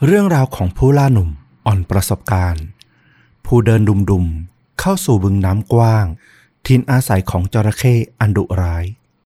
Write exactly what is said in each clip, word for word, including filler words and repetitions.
เรื่องราวของผู้ล่าหนุ่มอ่อนประสบการณ์ผู้เดินดุมๆเข้าสู่บึงน้ำกว้างถิ่นอาศัยของจระเข้อันดุร้าย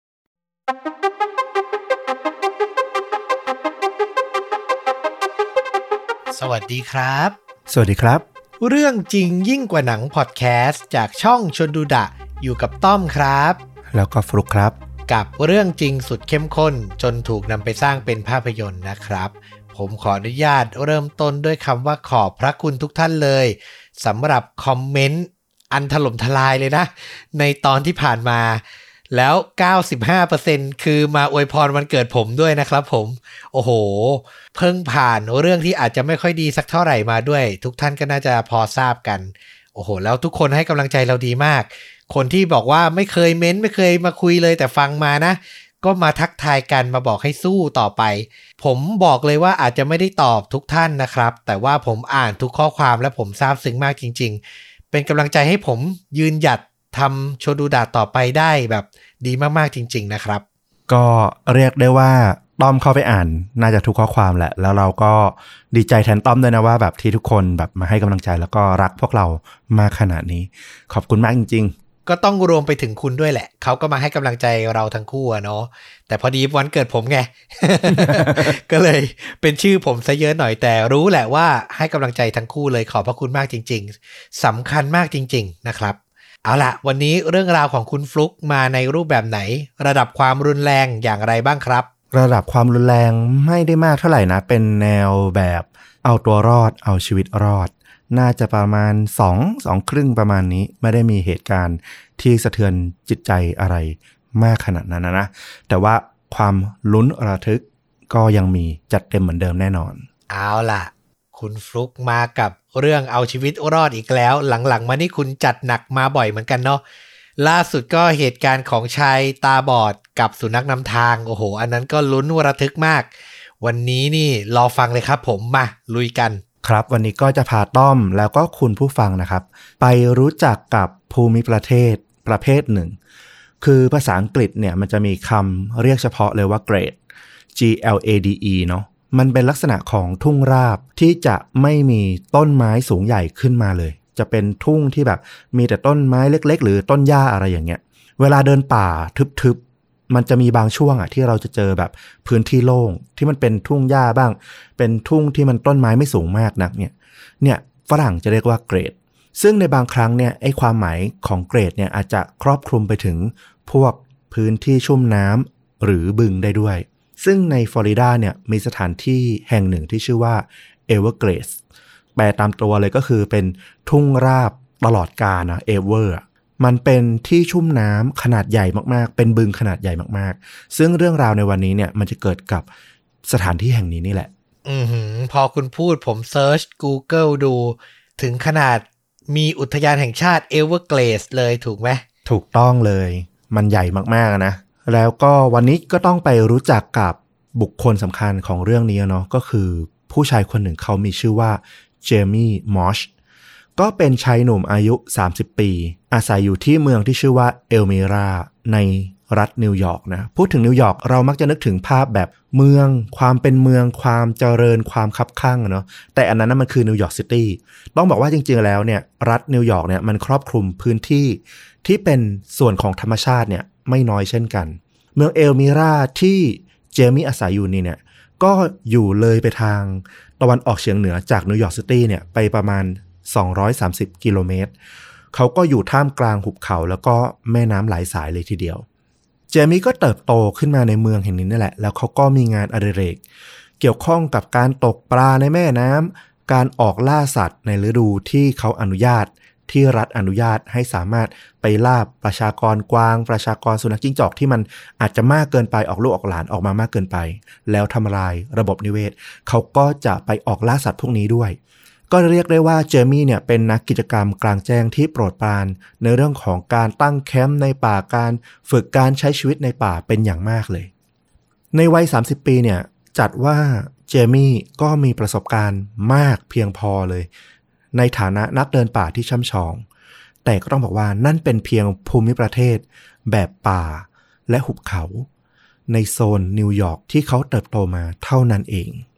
สวัสดีครับสวัสดีครับเรื่องจริงยิ่งกว่าหนังพอดแคสต์จากช่องชวนดูดะอยู่กับต้อมครับแล้วก็ฟลุ๊กครับกับเรื่องจริงสุดเข้มข้นจนถูกนำไปสร้างเป็นภาพยนตร์นะครับผมขออนุญาตเริ่มต้นด้วยคำว่าขอบพระคุณทุกท่านเลยสำหรับคอมเมนต์อันถล่มทลายเลยนะในตอนที่ผ่านมาแล้ว เก้าสิบห้าเปอร์เซ็นต์ คือมาอวยพรวันเกิดผมด้วยนะครับผมโอ้โหเพิ่งผ่านเรื่องที่อาจจะไม่ค่อยดีสักเท่าไหร่มาด้วยทุกท่านก็น่าจะพอทราบกันโอ้โหแล้วทุกคนให้กำลังใจเราดีมากคนที่บอกว่าไม่เคยเม้นไม่เคยมาคุยเลยแต่ฟังมานะก็มาทักทายกันมาบอกให้สู้ต่อไปผมบอกเลยว่าอาจจะไม่ได้ตอบทุกท่านนะครับแต่ว่าผมอ่านทุกข้อความและผมซาบซึ้งมากจริงๆเป็นกำลังใจให้ผมยืนหยัดทำโชดูดะต่อไปได้แบบดีมากๆจริงๆนะครับก็เรียกได้ว่าต้อมเข้าไปอ่านน่าจะทุกข้อความแหละแล้วเราก็ดีใจแทนต้อมด้วยนะว่าแบบที่ทุกคนแบบมาให้กำลังใจแล้วก็รักพวกเรามากขนาดนี้ขอบคุณมากจริงๆก็ต้องรวมไปถึงคุณด้วยแหละเขาก็มาให้กำลังใจเราทั้งคู่อะเนาะแต่พอดีวันเกิดผมไง ก็เลยเป็นชื่อผมซะเยอะหน่อยแต่รู้แหละว่าให้กำลังใจทั้งคู่เลยขอบพระคุณมากจริงๆสำคัญมากจริงๆนะครับเอาล่ะวันนี้เรื่องราวของคุณฟลุ๊กมาในรูปแบบไหนระดับความรุนแรงอย่างไรบ้างครับระดับความรุนแรงไม่ได้มากเท่าไหร่นะเป็นแนวแบบเอาตัวรอดเอาชีวิตรอดน่าจะประมาณสอง สองครึ่งประมาณนี้ไม่ได้มีเหตุการณ์ที่สะเทือนจิตใจอะไรมากขนาดนั้นนะนะแต่ว่าความลุ้นระทึกก็ยังมีจัดเต็มเหมือนเดิมแน่นอนเอาล่ะคุณฟลุ๊กมากับเรื่องเอาชีวิตรอดอีกแล้วหลังๆมานี่คุณจัดหนักมาบ่อยเหมือนกันเนาะล่าสุดก็เหตุการณ์ของชายตาบอดกับสุนัขนำทางโอ้โหอันนั้นก็ลุ้นระทึกมากวันนี้นี่รอฟังเลยครับผมมาลุยกันครับวันนี้ก็จะพาต้อมแล้วก็คุณผู้ฟังนะครับไปรู้จักกับภูมิประเทศประเภทหนึ่งคือภาษาอังกฤษเนี่ยมันจะมีคำเรียกเฉพาะเลยว่า grade G L A D E เนาะมันเป็นลักษณะของทุ่งราบที่จะไม่มีต้นไม้สูงใหญ่ขึ้นมาเลยจะเป็นทุ่งที่แบบมีแต่ต้นไม้เล็กๆหรือต้นหญ้าอะไรอย่างเงี้ยเวลาเดินป่าทึบๆมันจะมีบางช่วงอ่ะที่เราจะเจอแบบพื้นที่โล่งที่มันเป็นทุ่งหญ้าบ้างเป็นทุ่งที่มันต้นไม้ไม่สูงมากนักเนี่ยเนี่ยฝรั่งจะเรียกว่าเกรดซึ่งในบางครั้งเนี่ยไอ้ความหมายของเกรดเนี่ยอาจจะครอบคลุมไปถึงพวกพื้นที่ชุ่มน้ำหรือบึงได้ด้วยซึ่งในฟลอริดาเนี่ยมีสถานที่แห่งหนึ่งที่ชื่อว่าเอเวอร์เกรดแปลตามตัวเลยก็คือเป็นทุ่งราบตลอดกาลนะเอเวอร์มันเป็นที่ชุ่มน้ำขนาดใหญ่มากๆเป็นบึงขนาดใหญ่มากๆซึ่งเรื่องราวในวันนี้เนี่ยมันจะเกิดกับสถานที่แห่งนี้นี่แหละอือหือพอคุณพูดผมเซิร์ช Google ดูถึงขนาดมีอุทยานแห่งชาติเอเวอร์เกรดเลยถูกไหมถูกต้องเลยมันใหญ่มากๆนะแล้วก็วันนี้ก็ต้องไปรู้จักกับบุคคลสำคัญของเรื่องนี้เนาะก็คือผู้ชายคนหนึ่งเขามีชื่อว่าเจมี่มอชก็เป็นชายหนุ่มอายุสามสิบปีอาศัยอยู่ที่เมืองที่ชื่อว่าเอลมิราในรัฐนิวยอร์กนะพูดถึงนิวยอร์กเรามักจะนึกถึงภาพแบบเมืองความเป็นเมืองความเจริญความคับคั่งเนาะแต่อันนั้นมันคือนิวยอร์กซิตี้ต้องบอกว่าจริงๆแล้วเนี่ยรัฐนิวยอร์กเนี่ยมันครอบคลุมพื้นที่ที่เป็นส่วนของธรรมชาติเนี่ยไม่น้อยเช่นกันเมืองเอลมิราที่เจมี่อาศัยอยู่นี่เนี่ยก็อยู่เลยไปทางตะวันออกเฉียงเหนือจากนิวยอร์กซิตี้เนี่ยไปประมาณสองร้อยสามสิบกิโลเมตรเขาก็อยู่ท่ามกลางหุบเขาแล้วก็แม่น้ำหลายสายเลยทีเดียวเจมี่ก็เติบโตขึ้นมาในเมืองแห่งนี้นี่แหละแล้วเขาก็มีงานอดิเรกเกี่ยวข้องกับการตกปลาในแม่น้ำการออกล่าสัตว์ในฤดูที่เขาอนุญาตที่รัฐอนุญาตให้สามารถไปล่าประชากรกวางประชากรสุนัขจิ้งจอกที่มันอาจจะมากเกินไปออกลูกออกหลานออกมามากเกินไปแล้วทำลายระบบนิเวศเขาก็จะไปออกล่าสัตว์พวกนี้ด้วยก็เรียกได้ว่าเจมี่เนี่ยเป็นนักกิจกรรมกลางแจ้งที่โปรดปรานในเรื่องของการตั้งแคมป์ในป่าการฝึกการใช้ชีวิตในป่าเป็นอย่างมากเลยในวัยสามสิบปีเนี่ยจัดว่าเจมี่ก็มีประสบการณ์มากเพียงพอเลยในฐานะนักเดินป่าที่ช่ำชองแต่ก็ต้องบอกว่านั่นเป็นเพียงภูมิประเทศแบบป่าและหุบเขาในโซนนิวยอร์กที่เขาเติบโตมาเท่านั้นเอง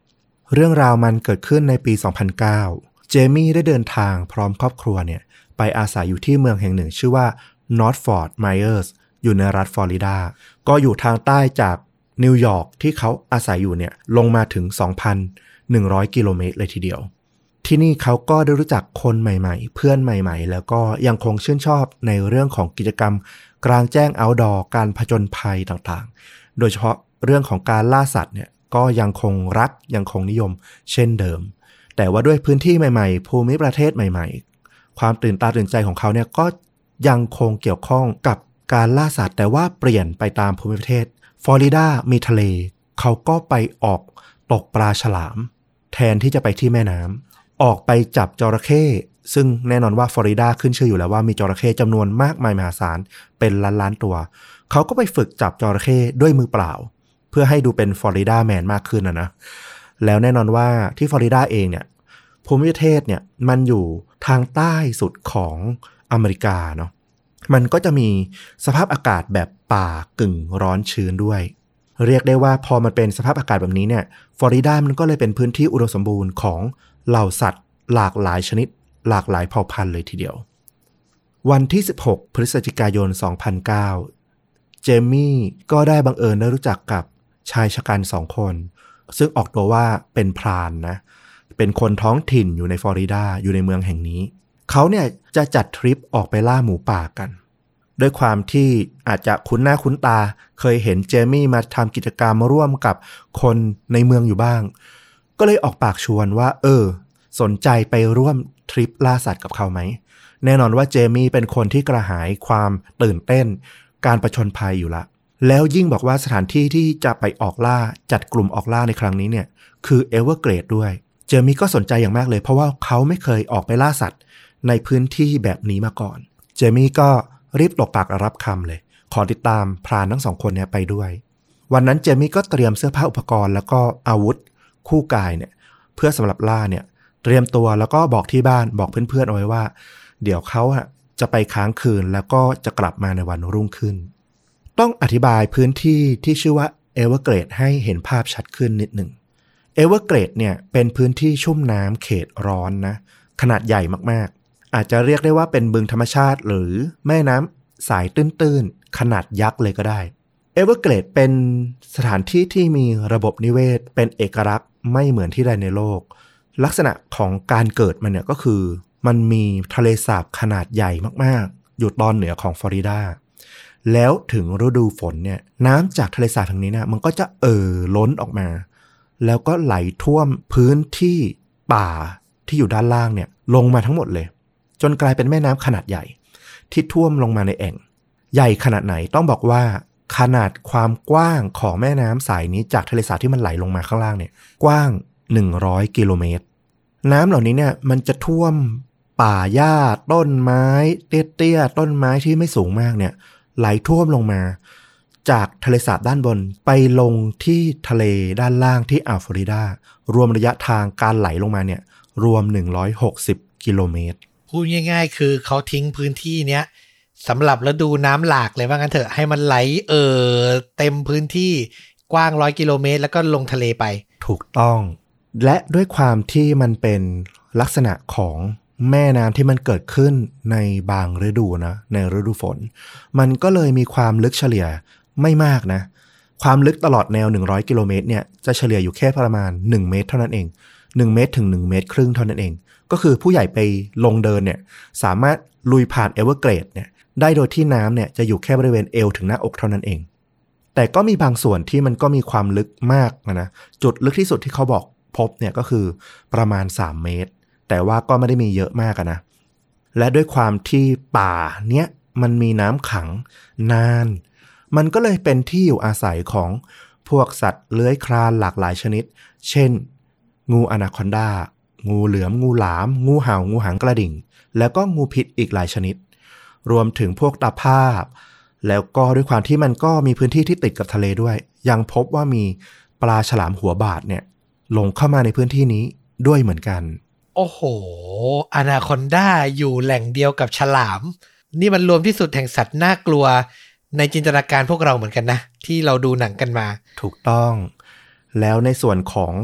เรื่องราวมันเกิดขึ้นในปี สองพันเก้า เจมี่ได้เดินทางพร้อมครอบครัวเนี่ยไปอาศัยอยู่ที่เมืองแห่งหนึ่งชื่อว่า North Fort Myers อยู่ในรัฐฟลอริดาก็อยู่ทางใต้จากนิวยอร์กที่เขาอาศัยอยู่เนี่ยลงมาถึง สองพันหนึ่งร้อย กิโลเมตรเลยทีเดียวที่นี่เขาก็ได้รู้จักคนใหม่ๆเพื่อนใหม่ๆแล้วก็ยังคงชื่นชอบในเรื่องของกิจกรรมกลางแจ้งเอาท์ดอร์การผจญภัยต่างๆโดยเฉพาะเรื่องของการล่าสัตว์เนี่ยก็ยังคงรักยังคงนิยมเช่นเดิมแต่ว่าด้วยพื้นที่ใหม่ๆภูมิประเทศใหม่ๆความตื่นตาตื่นใจของเขาเนี่ยก็ยังคงเกี่ยวข้องกับการล่าสัตว์แต่ว่าเปลี่ยนไปตามภูมิประเทศฟลอริดามีทะเลเขาก็ไปออกตกปลาฉลามแทนที่จะไปที่แม่น้ำออกไปจับจระเข้ซึ่งแน่นอนว่าฟลอริดาขึ้นชื่ออยู่แล้วว่ามีจระเข้จำนวนมากมายมหาศาลเป็นล้านๆตัวเขาก็ไปฝึกจับจระเข้ด้วยมือเปล่าเพื่อให้ดูเป็นฟลอริดาแมนมากขึ้นนะนะแล้วแน่นอนว่าที่ฟลอริดาเองเนี่ยภูมิประเทศเนี่ยมันอยู่ทางใต้สุดของอเมริกาเนาะมันก็จะมีสภาพอากาศแบบป่ากึ่งร้อนชื้นด้วยเรียกได้ว่าพอมันเป็นสภาพอากาศแบบนี้เนี่ยฟลอริดามันก็เลยเป็นพื้นที่อุดมสมบูรณ์ของเหล่าสัตว์หลากหลายชนิดหลากหลายเผ่าพันธุ์เลยทีเดียววันที่สิบหกพฤศจิกายนสองพันเก้าเจมี่ก็ได้บังเอิญได้รู้จักกับชายชะกันสองคนซึ่งออกตัวว่าเป็นพรานนะเป็นคนท้องถิ่นอยู่ในฟลอริดาอยู่ในเมืองแห่งนี้เขาเนี่ยจะจัดทริปออกไปล่าหมูป่ากันด้วยความที่อาจจะคุ้นหน้าคุ้นตาเคยเห็นเจมี่มาทำกิจกรรมร่วมกับคนในเมืองอยู่บ้างก็เลยออกปากชวนว่าเออสนใจไปร่วมทริปล่าสัตว์กับเขาไหมแน่นอนว่าเจมี่เป็นคนที่กระหายความตื่นเต้นการผจญภัยอยู่ละแล้วยิ่งบอกว่าสถานที่ที่จะไปออกล่าจัดกลุ่มออกล่าในครั้งนี้เนี่ยคือเอเวอร์เกรดด้วยเจมี่ก็สนใจอย่างมากเลยเพราะว่าเขาไม่เคยออกไปล่าสัตว์ในพื้นที่แบบนี้มาก่อนเจมี่ก็รีบตกปากรับคำเลยขอติดตามพรานทั้งสองคนเนี่ยไปด้วยวันนั้นเจมี่ก็เตรียมเสื้อผ้าอุปกรณ์แล้วก็อาวุธคู่กายเนี่ยเพื่อสำหรับล่าเนี่ยเตรียมตัวแล้วก็บอกที่บ้านบอกเพื่อนๆเอาไว้ว่าเดี๋ยวเขาอะจะไปค้างคืนแล้วก็จะกลับมาในวันรุ่งขึ้นต้องอธิบายพื้นที่ที่ชื่อว่าเอเวอร์เกรดให้เห็นภาพชัดขึ้นนิดหนึ่งเอเวอร์เกรดเนี่ยเป็นพื้นที่ชุ่มน้ำเขตร้อนนะขนาดใหญ่มากๆอาจจะเรียกได้ว่าเป็นบึงธรรมชาติหรือแม่น้ำสายตื้นๆขนาดยักษ์เลยก็ได้เอเวอร์เกรดเป็นสถานที่ที่มีระบบนิเวศเป็นเอกลักษณ์ไม่เหมือนที่ใดในโลกลักษณะของการเกิดมันเนี่ยก็คือมันมีทะเลสาบขนาดใหญ่มากๆอยู่ตอนเหนือของฟลอริดาแล้วถึงฤดูฝนเนี่ยน้ำจากทะเลสาบแห่งนี้เนี่ยมันก็จะเอ่อล้นออกมาแล้วก็ไหลท่วมพื้นที่ป่าที่อยู่ด้านล่างเนี่ยลงมาทั้งหมดเลยจนกลายเป็นแม่น้ำขนาดใหญ่ที่ท่วมลงมาในแอ่งใหญ่ขนาดไหนต้องบอกว่าขนาดความกว้างของแม่น้ำสายนี้จากทะเลสาบที่มันไหลลงมาข้างล่างเนี่ยกว้างหนึ่งร้อยกิโลเมตรน้ำเหล่านี้เนี่ยมันจะท่วมป่าหญ้าต้นไม้เตี้ยๆต้นไม้ที่ไม่สูงมากเนี่ยไหลท่วมลงมาจากทะเลสาบด้านบนไปลงที่ทะเลด้านล่างที่อ่าวฟลอริดารวมระยะทางการไหลลงมาเนี่ยรวมหนึ่งร้อยหกสิบกิโลเมตรพูดง่ายๆคือเขาทิ้งพื้นที่เนี้ยสำหรับฤดูน้ำหลากเลยว่างั้นเถอะให้มันไหลเอ่อเต็มพื้นที่กว้างร้อยกิโลเมตรแล้วก็ลงทะเลไปถูกต้องและด้วยความที่มันเป็นลักษณะของแม่น้ำที่มันเกิดขึ้นในบางฤดูนะในฤดูฝนมันก็เลยมีความลึกเฉลี่ยไม่มากนะความลึกตลอดแนวหนึ่งร้อยกิโลเมตรเนี่ยจะเฉลี่ยอยู่แค่ประมาณหนึ่งเมตรเท่านั้นเองหนึ่งเมตรถึงหนึ่งเมตรครึ่งเท่านั้นเองก็คือผู้ใหญ่ไปลงเดินเนี่ยสามารถลุยผ่านเอเวอร์เกรดเนี่ยได้โดยที่น้ำเนี่ยจะอยู่แค่บริเวณเอวถึงหน้าอกเท่านั้นเองแต่ก็มีบางส่วนที่มันก็มีความลึกมากนะจุดลึกที่สุดที่เขาบอกพบเนี่ยก็คือประมาณสามเมตรแต่ว่าก็ไม่ได้มีเยอะมากนะและด้วยความที่ป่าเนี้ยมันมีน้ำขังนานมันก็เลยเป็นที่อยู่อาศัยของพวกสัตว์เลื้อยคลานหลากหลายชนิดเช่นงูอนาคอนดางูเหลือมงูหลามงูเห่างูหางกระดิ่งแล้วก็งูพิษอีกหลายชนิดรวมถึงพวกตะภาพแล้วก็ด้วยความที่มันก็มีพื้นที่ที่ติดกับทะเลด้วยยังพบว่ามีปลาฉลามหัวบาดเนี่ยลงเข้ามาในพื้นที่นี้ด้วยเหมือนกันโอ้โหอนาคอนดาอยู่แหล่งเดียวกับฉลามนี่มันรวมที่สุดแห่งสัตว์น่ากลัวในจินตนาการพวกเราเหมือนกันนะที่เราดูหนังกันมาถูกต้องแล้วในส่วนของ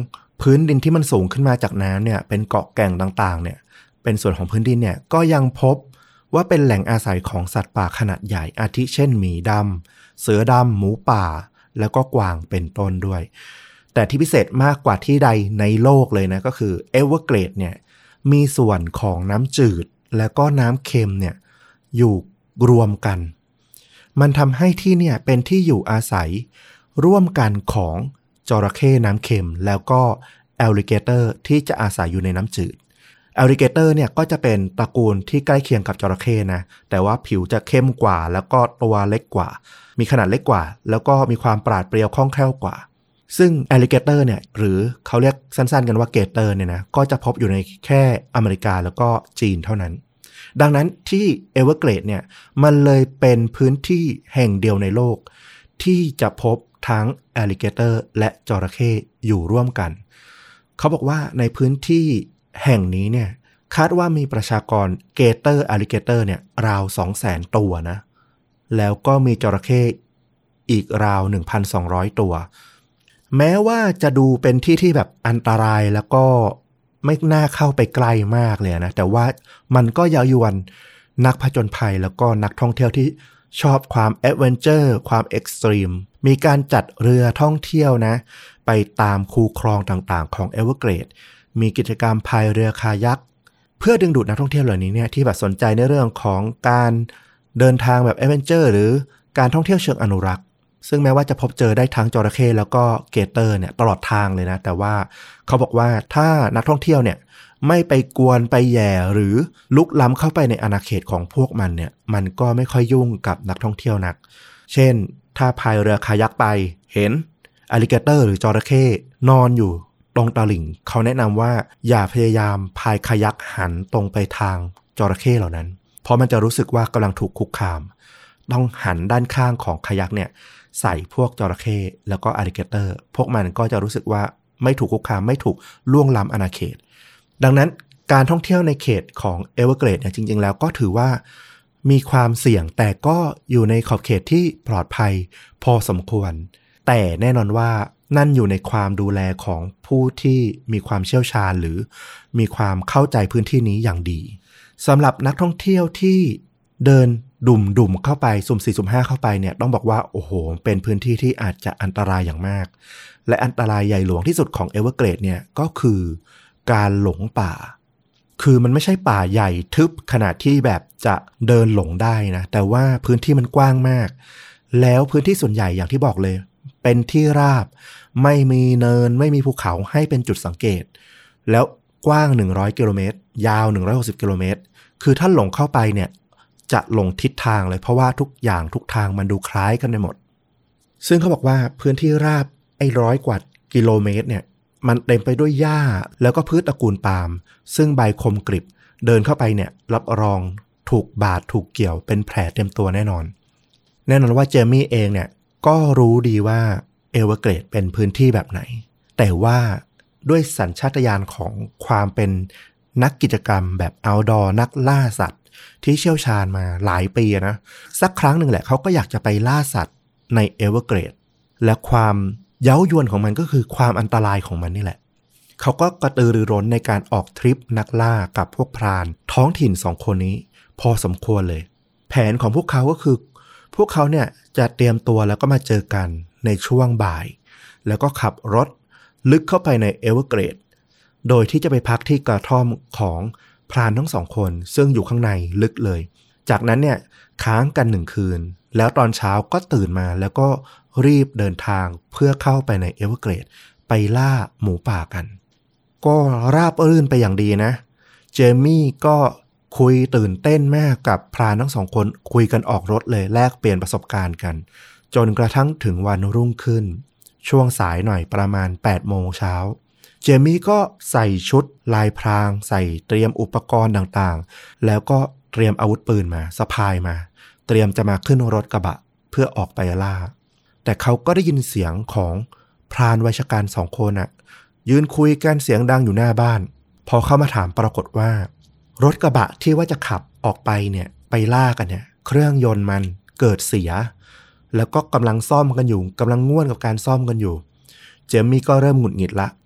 พื้นดินที่มันสูงขึ้นมาจากน้ำเนี่ยเป็นเกาะแก่งต่างๆเนี่ยเป็นส่วนของพื้นดินเนี่ยก็ยังพบว่าเป็นแหล่งอาศัยของสัตว์ป่าขนาดใหญ่อาทิเช่นหมีดำเสือดำหมูป่าแล้วก็กวางเป็นต้นด้วยแต่ที่พิเศษมากกว่าที่ใดในโลกเลยนะก็คือเอเวอร์เกรดเนี่ยมีส่วนของน้ำจืดแล้วก็น้ำเค็มเนี่ยอยู่รวมกันมันทำให้ที่เนี่ยเป็นที่อยู่อาศัยร่วมกันของจระเข้น้ำเค็มแล้วก็แอลลิเกเตอร์ที่จะอาศัยอยู่ในน้ำจืดแอลลิเกเตอร์เนี่ยก็จะเป็นตระกูลที่ใกล้เคียงกับจระเข้นะแต่ว่าผิวจะเข้มกว่าแล้วก็ตัวเล็กกว่ามีขนาดเล็กกว่าแล้วก็มีความปราดเปรียวคล่องแคล่วกว่าซึ่งแอลลิเกเตอร์เนี่ยหรือเขาเรียกสั้นๆกันว่าเกเตอร์เนี่ยนะก็จะพบอยู่ในแค่อเมริกาแล้วก็จีนเท่านั้นดังนั้นที่เอเวอร์เกรดเนี่ยมันเลยเป็นพื้นที่แห่งเดียวในโลกที่จะพบทั้งแอลลิเกเตอร์และจระเข้อยู่ร่วมกันเขาบอกว่าในพื้นที่แห่งนี้เนี่ยคาดว่ามีประชากรเกเตอร์แอลลิเกเตอร์เนี่ยราว สองแสน ตัวนะแล้วก็มีจระเข้อีกราว หนึ่งพันสองร้อย ตัวแม้ว่าจะดูเป็นที่ที่แบบอันตรายแล้วก็ไม่น่าเข้าไปใกล้มากเลยนะแต่ว่ามันก็เย้ายวนนักผจญภัยแล้วก็นักท่องเที่ยวที่ชอบความแอดเวนเจอร์ความเอ็กซ์ตรีมมีการจัดเรือท่องเที่ยวนะไปตามคูคลองต่างๆของเอเวอร์เกรดมีกิจกรรมพายเรือคายักเพื่อดึงดูดนักท่องเที่ยวเหล่านี้เนี่ยที่แบบสนใจในเรื่องของการเดินทางแบบแอดเวนเจอร์หรือการท่องเที่ยวเชิงอนุรักษ์ซึ่งแม้ว่าจะพบเจอได้ทั้งจระเข้แล้วก็เกเตอร์เนี่ยตลอดทางเลยนะแต่ว่าเขาบอกว่าถ้านักท่องเที่ยวเนี่ยไม่ไปกวนไปแย่หรือลุกล้ำเข้าไปในอาณาเขตของพวกมันเนี่ยมันก็ไม่ค่อยยุ่งกับนักท่องเที่ยวนักเช่นถ้าพายเรือคายักไปเห็นอลลิเกเตอร์หรือจระเข้นอนอยู่ตรงตลิ่งเขาแนะนำว่าอย่าพยายามพายคายักหันตรงไปทางจระเข้เหล่านั้นเพราะมันจะรู้สึกว่ากำลังถูกคุกคามต้องหันด้านข้างของคายักเนี่ยใส่พวกจระเข้แล้วก็อลลิเกเตอร์พวกมันก็จะรู้สึกว่าไม่ถูกคุกคามไม่ถูกล่วงล้ำอาณาเขตดังนั้นการท่องเที่ยวในเขตของเอเวอร์เกรดเนี่ยจริงๆแล้วก็ถือว่ามีความเสี่ยงแต่ก็อยู่ในขอบเขตที่ปลอดภัยพอสมควรแต่แน่นอนว่านั่นอยู่ในความดูแลของผู้ที่มีความเชี่ยวชาญหรือมีความเข้าใจพื้นที่นี้อย่างดีสำหรับนักท่องเที่ยวที่เดินดุ่มดุ่มเข้าไปสุ่มสี่สุ่มห้าเข้าไปเนี่ยต้องบอกว่าโอ้โหเป็นพื้นที่ที่อาจจะอันตรายอย่างมากและอันตรายใหญ่หลวงที่สุดของเอเวอร์เกรดเนี่ยก็คือการหลงป่าคือมันไม่ใช่ป่าใหญ่ทึบขนาดที่แบบจะเดินหลงได้นะแต่ว่าพื้นที่มันกว้างมากแล้วพื้นที่ส่วนใหญ่อย่างที่บอกเลยเป็นที่ราบไม่มีเนินไม่มีภูเขาให้เป็นจุดสังเกตแล้วกว้างหนึ่งร้อยกิโลเมตรยาวหนึ่งร้อยหกสิบกิโลเมตรคือถ้าหลงเข้าไปเนี่ยจะหลงทิศทางเลยเพราะว่าทุกอย่างทุกทางมันดูคล้ายกันไปหมดซึ่งเขาบอกว่าพื้นที่ราบไอ้ร้อยกว่ากิโลเมตรเนี่ยมันเต็มไปด้วยหญ้าแล้วก็พืชตระกูลปาล์มซึ่งใบคมกริบเดินเข้าไปเนี่ยรับรองถูกบาดถูกเกี่ยวเป็นแผลเต็มตัวแน่นอนแน่นอนว่าเจมี่เองเนี่ยก็รู้ดีว่าเอเวอร์เกรดเป็นพื้นที่แบบไหนแต่ว่าด้วยสัญชาตญาณของความเป็นนักกิจกรรมแบบเอาท์ดอร์นักล่าสัตว์ที่เชี่ยวชาญมาหลายปีนะสักครั้งหนึ่งแหละเขาก็อยากจะไปล่าสัตว์ในเอเวอร์เกรดและความเย้ายวนของมันก็คือความอันตรายของมันนี่แหละเขาก็กระตือรือร้นในการออกทริปนักล่ากับพวกพรานท้องถิ่นสองคนนี้พอสมควรเลยแผนของพวกเขาก็คือพวกเขาเนี่ยจะเตรียมตัวแล้วก็มาเจอกันในช่วงบ่ายแล้วก็ขับรถลึกเข้าไปในเอเวอร์เกรดโดยที่จะไปพักที่กระท่อมของพรานทั้งสองคนซึ่งอยู่ข้างในลึกเลยจากนั้นเนี่ยค้างกันหนึ่งคืนแล้วตอนเช้าก็ตื่นมาแล้วก็รีบเดินทางเพื่อเข้าไปในเอเวอร์เกรดไปล่าหมูป่ากันก็ราบรื่นไปอย่างดีนะเจมี่ก็คุยตื่นเต้นมากกับพรานทั้งสองคนคุยกันออกรถเลยแลกเปลี่ยนประสบการณ์กันจนกระทั่งถึงวันรุ่งขึ้นช่วงสายหน่อยประมาณแปดโมงเช้าเจมี่ก็ใส่ชุดลายพรางใส่เตรียมอุปกรณ์ต่างๆแล้วก็เตรียมอาวุธปืนมาสะพายมาเตรียมจะมาขึ้นรถกระบะเพื่อออกไปล่าแต่เขาก็ได้ยินเสียงของพรานวัยชกาลสองคนน่ะยืนคุยกันเสียงดังอยู่หน้าบ้านพอเข้ามาถามปรากฏว่ารถกระบะที่ว่าจะขับออกไปเนี่ยไปล่ากันเนี่ยเครื่องยนต์มันเกิดเสียแล้วก็กำลังซ่อมกันอยู่กำลังง่วนกับการซ่อมกันอยู่เจมี่ก็เริ่มหงุดหงิดละ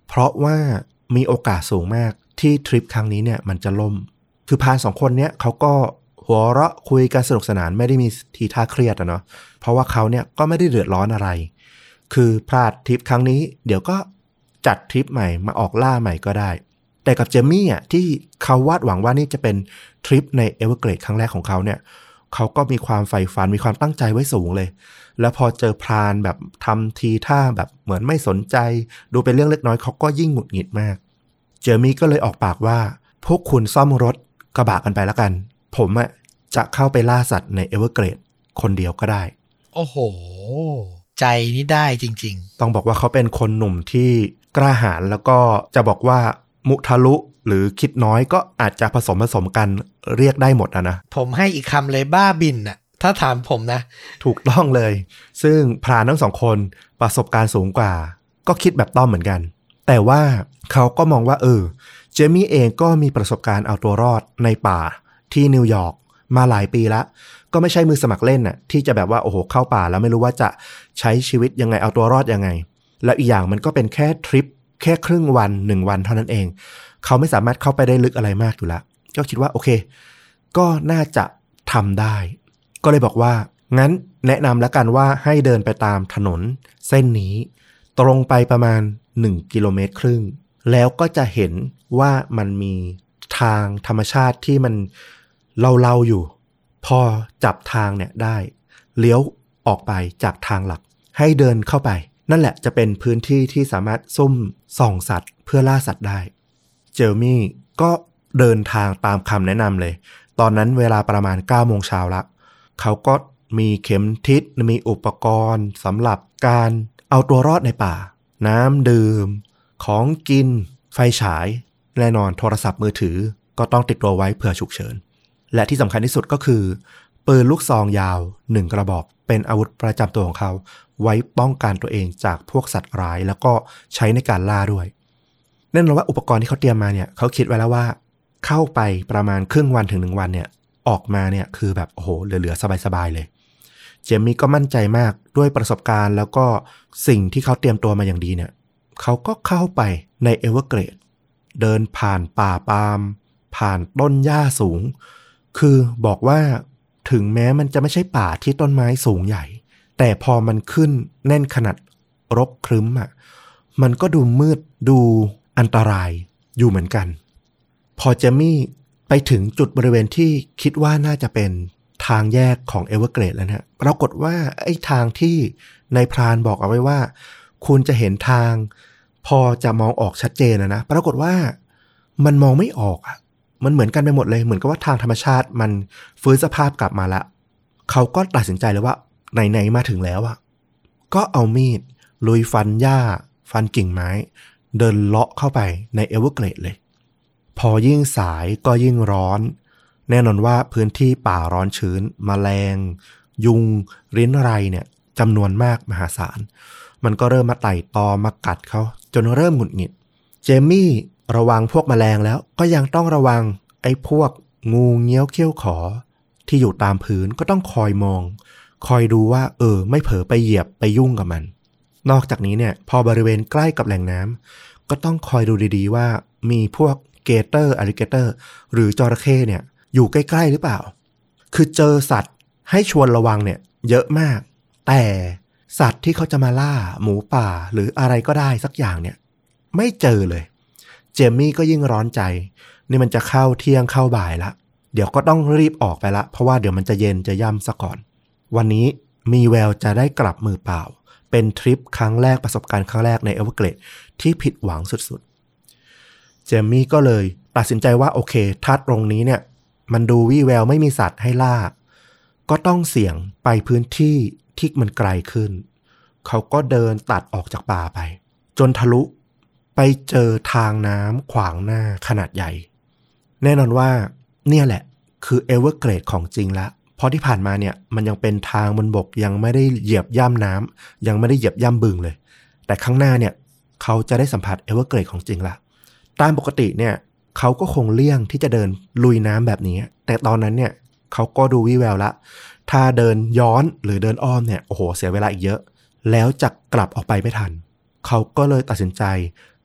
เพราะว่ามีโอกาสสูงมากที่ทริปครั้งนี้เนี่ยมันจะล่มคือพรานสองคนเนี้ยเขาก็หัวเราะคุยกันสนุกสนานไม่ได้มีทีท่าเครียดอะเนาะเพราะว่าเขาเนี่ยก็ไม่ได้เดือดร้อนอะไรคือพลาดทริปครั้งนี้เดี๋ยวก็จัดทริปใหม่มาออกล่าใหม่ก็ได้แต่กับเจมี่อ่ะที่เขาวาดหวังว่านี่จะเป็นทริปในเอเวอร์เกรดครั้งแรกของเขาเนี่ยเขาก็มีความใฝ่ฝันมีความตั้งใจไว้สูงเลยแล้วพอเจอพรานแบบทำทีท่าแบบเหมือนไม่สนใจดูเป็นเรื่องเล็กน้อยเขาก็ยิ่งหงุดหงิดมากเจมี่ก็เลยออกปากว่าพวกคุณซ่อมรถกระบะกันไปแล้วกันผมอ่ะจะเข้าไปล่าสัตว์ในเอเวอร์เกรดคนเดียวก็ได้โอ้โหใจนี่ได้จริงๆต้องบอกว่าเขาเป็นคนหนุ่มที่กล้าหาญแล้วก็จะบอกว่ามุทะลุหรือคิดน้อยก็อาจจะผสมผสมกันเรียกได้หมดนะนะผมให้อีกคำเลยบ้าบินน่ะถ้าถามผมนะถูกต้องเลยซึ่งพรานทั้งสองคนประสบการณ์สูงกว่าก็คิดแบบต้อมเหมือนกันแต่ว่าเขาก็มองว่าเออเจมี่เองก็มีประสบการณ์เอาตัวรอดในป่าที่นิวยอร์กมาหลายปีละก็ไม่ใช่มือสมัครเล่นน่ะที่จะแบบว่าโอ้โหเข้าป่าแล้วไม่รู้ว่าจะใช้ชีวิตยังไงเอาตัวรอดยังไงแล้วอีกอย่างมันก็เป็นแค่ทริปแค่ครึ่งวันหนึ่งวันเท่านั้นเองเขาไม่สามารถเข้าไปได้ลึกอะไรมากอยู่แล้วก็คิดว่าโอเคก็น่าจะทำได้ก็เลยบอกว่างั้นแนะนำแล้วกันว่าให้เดินไปตามถนนเส้นนี้ตรงไปประมาณหนึ่งกิโลเมตรครึ่งแล้วก็จะเห็นว่ามันมีทางธรรมชาติที่มันเล่าๆอยู่พอจับทางเนี่ยได้เลี้ยวออกไปจากทางหลักให้เดินเข้าไปนั่นแหละจะเป็นพื้นที่ที่สามารถซุ่มส่องสัตว์เพื่อล่าสัตว์ได้เจมี่ก็เดินทางตามคำแนะนำเลยตอนนั้นเวลาประมาณเก้าโมงเช้าละเขาก็มีเข็มทิศมีอุปกรณ์สำหรับการเอาตัวรอดในป่าน้ำดื่มของกินไฟฉายแน่นอนโทรศัพท์มือถือก็ต้องติดตัวไว้เผื่อฉุกเฉินและที่สำคัญที่สุดก็คือปืนลูกซองยาวหนึ่งกระบอกเป็นอาวุธประจำตัวของเขาไว้ป้องกันตัวเองจากพวกสัตว์ร้ายแล้วก็ใช้ในการล่าด้วยแน่นอนว่าอุปกรณ์ที่เขาเตรียมมาเนี่ยเขาคิดไว้แล้วว่าเข้าไปประมาณครึ่งวันถึงหนึ่งวันเนี่ยออกมาเนี่ยคือแบบโอ้โหเหลือๆสบายๆเลยเจมี่ก็มั่นใจมากด้วยประสบการณ์แล้วก็สิ่งที่เขาเตรียมตัวมาอย่างดีเนี่ยเขาก็เข้าไปในเอเวอร์เกรดเดินผ่านป่าปาล์มผ่านต้นหญ้าสูงคือบอกว่าถึงแม้มันจะไม่ใช่ป่าที่ต้นไม้สูงใหญ่แต่พอมันขึ้นแน่นขนาดรกครึ้มอ่ะมันก็ดูมืดดูอันตรายอยู่เหมือนกันพอเจมี่ไปถึงจุดบริเวณที่คิดว่าน่าจะเป็นทางแยกของเอเวอร์เกรดแล้วนะปรากฏว่าไอ้ทางที่นายพรานบอกเอาไว้ว่าคุณจะเห็นทางพอจะมองออกชัดเจนนะนะปรากฏว่ามันมองไม่ออกอ่ะมันเหมือนกันไปหมดเลยเหมือนกับว่าทางธรรมชาติมันฟื้นสภาพกลับมาละเขาก็ตัดสินใจเลยว่าไหนๆมาถึงแล้วอ่ะก็เอามีดลุยฟันหญ้าฟันกิ่งไม้เดินเลาะเข้าไปในเอเวอร์เกรดเลยพอยิ่งสายก็ยิ่งร้อนแน่นอนว่าพื้นที่ป่าร้อนชื้นแมลงยุงริ้นไรเนี่ยจำนวนมากมหาศาลมันก็เริ่มมาไต่ตอมากัดเขาจนเริ่มหงุดหงิดเจมี่ระวังพวกแมลงแล้วก็ยังต้องระวังไอ้พวกงูเงี้ยวเขี้ยวขอที่อยู่ตามพื้นก็ต้องคอยมองคอยดูว่าเออไม่เผลอไปเหยียบไปยุ่งกับมันนอกจากนี้เนี่ยพอบริเวณใกล้กับแหล่งน้ำก็ต้องคอยดูดีๆว่ามีพวกเกเตอร์อลิเกเตอร์หรือจระเข้เนี่ยอยู่ใกล้ๆหรือเปล่าคือเจอสัตว์ให้ชวนระวังเนี่ยเยอะมากแต่สัตว์ที่เขาจะมาล่าหมูป่าหรืออะไรก็ได้สักอย่างเนี่ยไม่เจอเลยเจมี่ก็ยิ่งร้อนใจนี่มันจะเข้าเที่ยงเข้าบ่ายละเดี๋ยวก็ต้องรีบออกไปละเพราะว่าเดี๋ยวมันจะเย็นจะย่ำซะก่อนวันนี้มีแววจะได้กลับมือเปล่าเป็นทริปครั้งแรกประสบการณ์ครั้งแรกในเอเวอร์เกรดที่ผิดหวังสุดๆเจมี่ก็เลยตัดสินใจว่าโอเคถ้าตรงนี้เนี่ยมันดูวี่แววไม่มีสัตว์ให้ล่าก็ต้องเสี่ยงไปพื้นที่ที่มันไกลขึ้นเขาก็เดินตัดออกจากป่าไปจนทะลุไปเจอทางน้ำขวางหน้าขนาดใหญ่แน่นอนว่าเนี่ยแหละคือเอเวอร์เกรดของจริงละเพราะที่ผ่านมาเนี่ยมันยังเป็นทางบนบกยังไม่ได้เหยียบย่ำน้ำยังไม่ได้เหยียบย่ำบึงเลยแต่ข้างหน้าเนี่ยเขาจะได้สัมผัสเอเวอร์เกรดของจริงละตามปกติเนี่ยเขาก็คงเลี่ยงที่จะเดินลุยน้ำแบบนี้แต่ตอนนั้นเนี่ยเขาก็ดูวิแววละถ้าเดินย้อนหรือเดินอ้อมเนี่ยโอ้โหเสียเวลาอีกเยอะแล้วจะกลับออกไปไม่ทันเขาก็เลยตัดสินใจ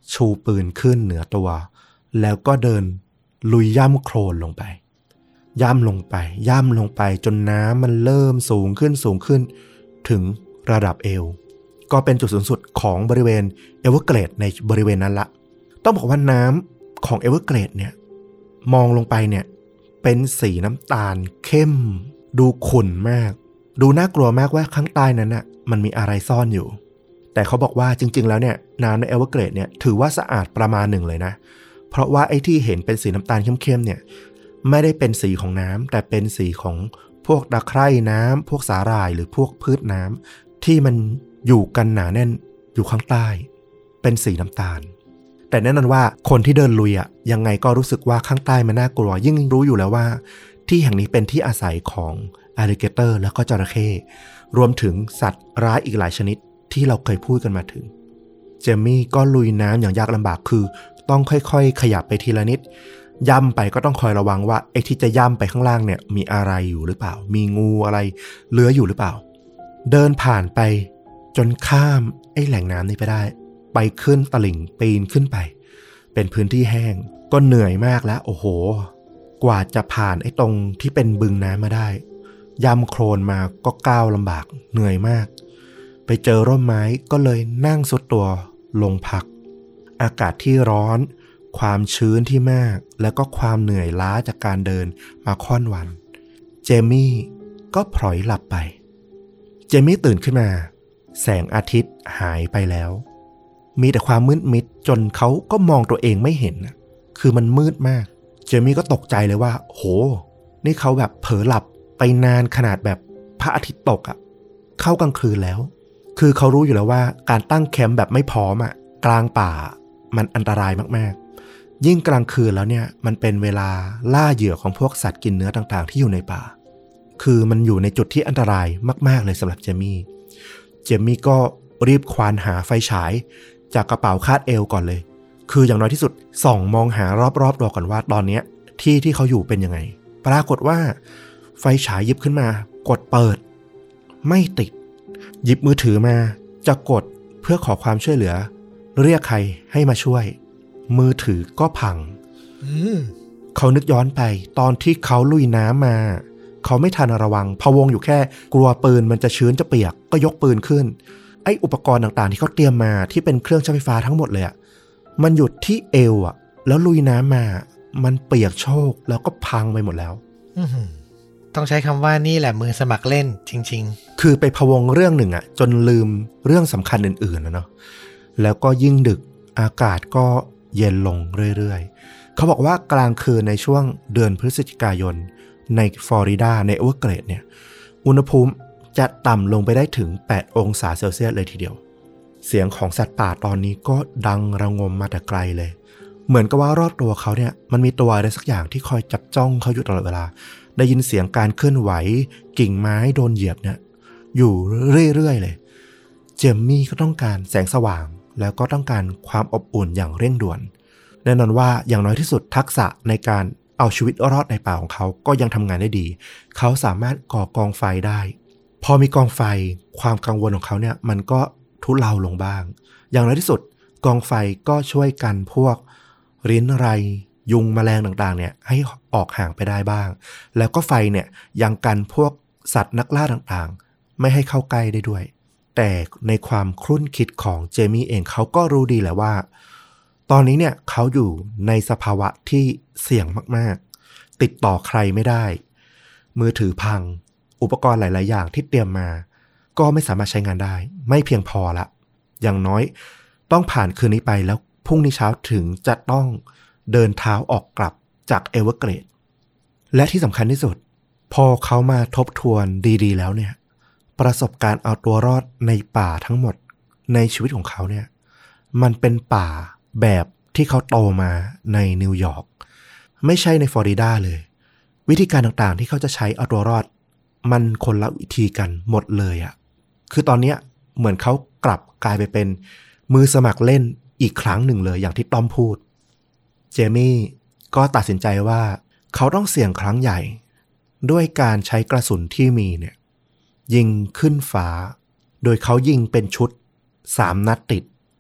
ชูปืนขึ้นเหนือตัวแล้วก็เดินลุยย่ำโคลนลงไปย่ำลงไปย่ำลงไปจนน้ำมันเริ่มสูงขึ้นสูงขึ้นถึงระดับเอวก็เป็นจุดสูงสุดของบริเวณเอเวอร์เกรดในบริเวณนั้นละต้องบอกว่าน้ำของเอเวอร์เกรดเนี่ยมองลงไปเนี่ยเป็นสีน้ำตาลเข้มดูขุ่นมากดูน่ากลัวมากว่าข้างใต้นั้นน่ะมันมีอะไรซ่อนอยู่แต่เขาบอกว่าจริงๆแล้วเนี่ยน้ำในเอเวอร์เกรดเนี่ยถือว่าสะอาดประมาณหนึ่งเลยนะเพราะว่าไอ้ที่เห็นเป็นสีน้ำตาลเข้มๆเนี่ยไม่ได้เป็นสีของน้ำแต่เป็นสีของพวกตะไคร่น้ำพวกสาหร่ายหรือพวกพืชน้ำที่มันอยู่กันหนาแน่นอยู่ข้างใต้เป็นสีน้ำตาลแต่แน่นอนว่าคนที่เดินลุยอะยังไงก็รู้สึกว่าข้างใต้มันน่ากลัวยิ่งรู้อยู่แล้วว่าที่แห่งนี้เป็นที่อาศัยของอลลิเกเตอร์แล้วก็จระเข้รวมถึงสัตว์ร้ายอีกหลายชนิดที่เราเคยพูดกันมาถึงเจมี่ก็ลุยน้ำอย่างยากลำบากคือต้องค่อยๆขยับไปทีละนิดย่ำไปก็ต้องคอยระวังว่าไอ้ที่จะย่ำไปข้างล่างเนี่ยมีอะไรอยู่หรือเปล่ามีงูอะไรเลื้อยอยู่หรือเปล่าเดินผ่านไปจนข้ามไอ้แหล่งน้ำนี้ไปได้ไปขึ้นตลิ่งปีนขึ้นไปเป็นพื้นที่แห้งก็เหนื่อยมากแล้วโอ้โหกว่าจะผ่านไอ้ตรงที่เป็นบึงน้ำมาได้ย่ำโคลนมาก็ก้าวลำบากเหนื่อยมากไปเจอร่มไม้ก็เลยนั่งสุดตัวลงพักอากาศที่ร้อนความชื้นที่มากแล้วก็ความเหนื่อยล้าจากการเดินมาค่อนวันเจมี่ก็พลอยหลับไปเจมี่ตื่นขึ้นมาแสงอาทิตย์หายไปแล้วมีแต่ความมืดมิดจนเขาก็มองตัวเองไม่เห็นคือมันมืดมากเจมี่ก็ตกใจเลยว่าโหนี่เขาแบบเผลอหลับไปนานขนาดแบบพระอาทิตย์ตกอ่ะเข้ากลางคืนแล้วคือเขารู้อยู่แล้วว่าการตั้งแคมป์แบบไม่พร้อมอ่ะกลางป่ามันอันตรายมากๆยิ่งกลางคืนแล้วเนี่ยมันเป็นเวลาล่าเหยื่อของพวกสัตว์กินเนื้อต่างๆที่อยู่ในป่าคือมันอยู่ในจุดที่อันตรายมากๆเลยสำหรับเจมี่เจมี่ก็รีบควานหาไฟฉายจากกระเป๋าคาดเอวก่อนเลยคืออย่างน้อยที่สุดส่องมองหารอบๆตัวก่อนว่าตอนนี้ที่ที่เขาอยู่เป็นยังไงปรากฏว่าไฟฉายหยิบขึ้นมากดเปิดไม่ติดหยิบมือถือมาจะกดเพื่อขอความช่วยเหลือเรียกใครให้มาช่วยมือถือก็พังเขานึกย้อนไปตอนที่เขาลุยน้ำมาเขาไม่ทันระวังพะวงอยู่แค่กลัวปืนมันจะชื้นจะเปียกก็ยกปืนขึ้นไอ้อุปกรณ์ต่างๆที่เขาเตรียมมาที่เป็นเครื่องใช้ไฟฟ้าทั้งหมดเลยอ่ะมันหยุดที่เอวอ่ะแล้วลุยน้ำมามันเปียกโชกแล้วก็พังไปหมดแล้วต้องใช้คำว่านี่แหละมือสมัครเล่นจริงๆคือไปพะวงเรื่องหนึ่งอ่ะจนลืมเรื่องสำคัญอื่นๆนะเนาะแล้วก็ยิ่งดึกอากาศก็เย็นลงเรื่อยๆเขาบอกว่ากลางคืนในช่วงเดือนพฤศจิกายนในฟลอริดาในเอเวอร์เกรดเนี่ยอุณหภูมิจะต่ำลงไปได้ถึงแปดองศาเซลเซียสเลยทีเดียวเสียงของสัตว์ป่าตอนนี้ก็ดังระงมมาแต่ไกลเลยเหมือนกับว่ารอบตัวเขาเนี่ยมันมีตัวอะไรสักอย่างที่คอยจับจ้องเขาอยู่ตลอดเวลาได้ยินเสียงการเคลื่อนไหวกิ่งไม้โดนเหยียบเนี่ยอยู่เรื่อยๆเลยเจมี่ก็ต้องการแสงสว่างแล้วก็ต้องการความอบอุ่นอย่างเร่งด่วนแน่นอนว่าอย่างน้อยที่สุดทักษะในการเอาชีวิตรอดในป่าของเขาก็ยังทำงานได้ดีเขาสามารถก่อกองไฟได้พอมีกองไฟความกังวลของเขาเนี่ยมันก็ทุเลาลงบ้างอย่างน้อยที่สุดกองไฟก็ช่วยกันพวกริ้นไรยุงแมลงต่างๆเนี่ยให้ออกห่างไปได้บ้างแล้วก็ไฟเนี่ยยังกันพวกสัตว์นักล่าต่างๆไม่ให้เข้าใกล้ได้ด้วยแต่ในความครุ่นคิดของเจมี่เองเขาก็รู้ดีแหละว่าตอนนี้เนี่ยเขาอยู่ในสภาวะที่เสี่ยงมากๆติดต่อใครไม่ได้มือถือพังอุปกรณ์หลายๆอย่างที่เตรียมมาก็ไม่สามารถใช้งานได้ไม่เพียงพอละอย่างน้อยต้องผ่านคืนนี้ไปแล้วพรุ่งนี้เช้าถึงจะต้องเดินเท้าออกกลับจากเอเวอร์เกรดและที่สำคัญที่สุดพอเขามาทบทวนดีๆแล้วเนี่ยประสบการณ์เอาตัวรอดในป่าทั้งหมดในชีวิตของเขาเนี่ยมันเป็นป่าแบบที่เขาโตมาในนิวยอร์กไม่ใช่ในฟลอริดาเลยวิธีการต่างๆที่เขาจะใช้เอาตัวรอดมันคนละวิธีกันหมดเลยอะคือตอนนี้เหมือนเขากลับกลายไปเป็นมือสมัครเล่นอีกครั้งหนึ่งเลยอย่างที่ต้อมพูดเจมี่ก็ตัดสินใจว่าเขาต้องเสี่ยงครั้งใหญ่ด้วยการใช้กระสุนที่มีเนี่ยยิงขึ้นฟ้าโดยเขายิงเป็นชุดสามนัดติด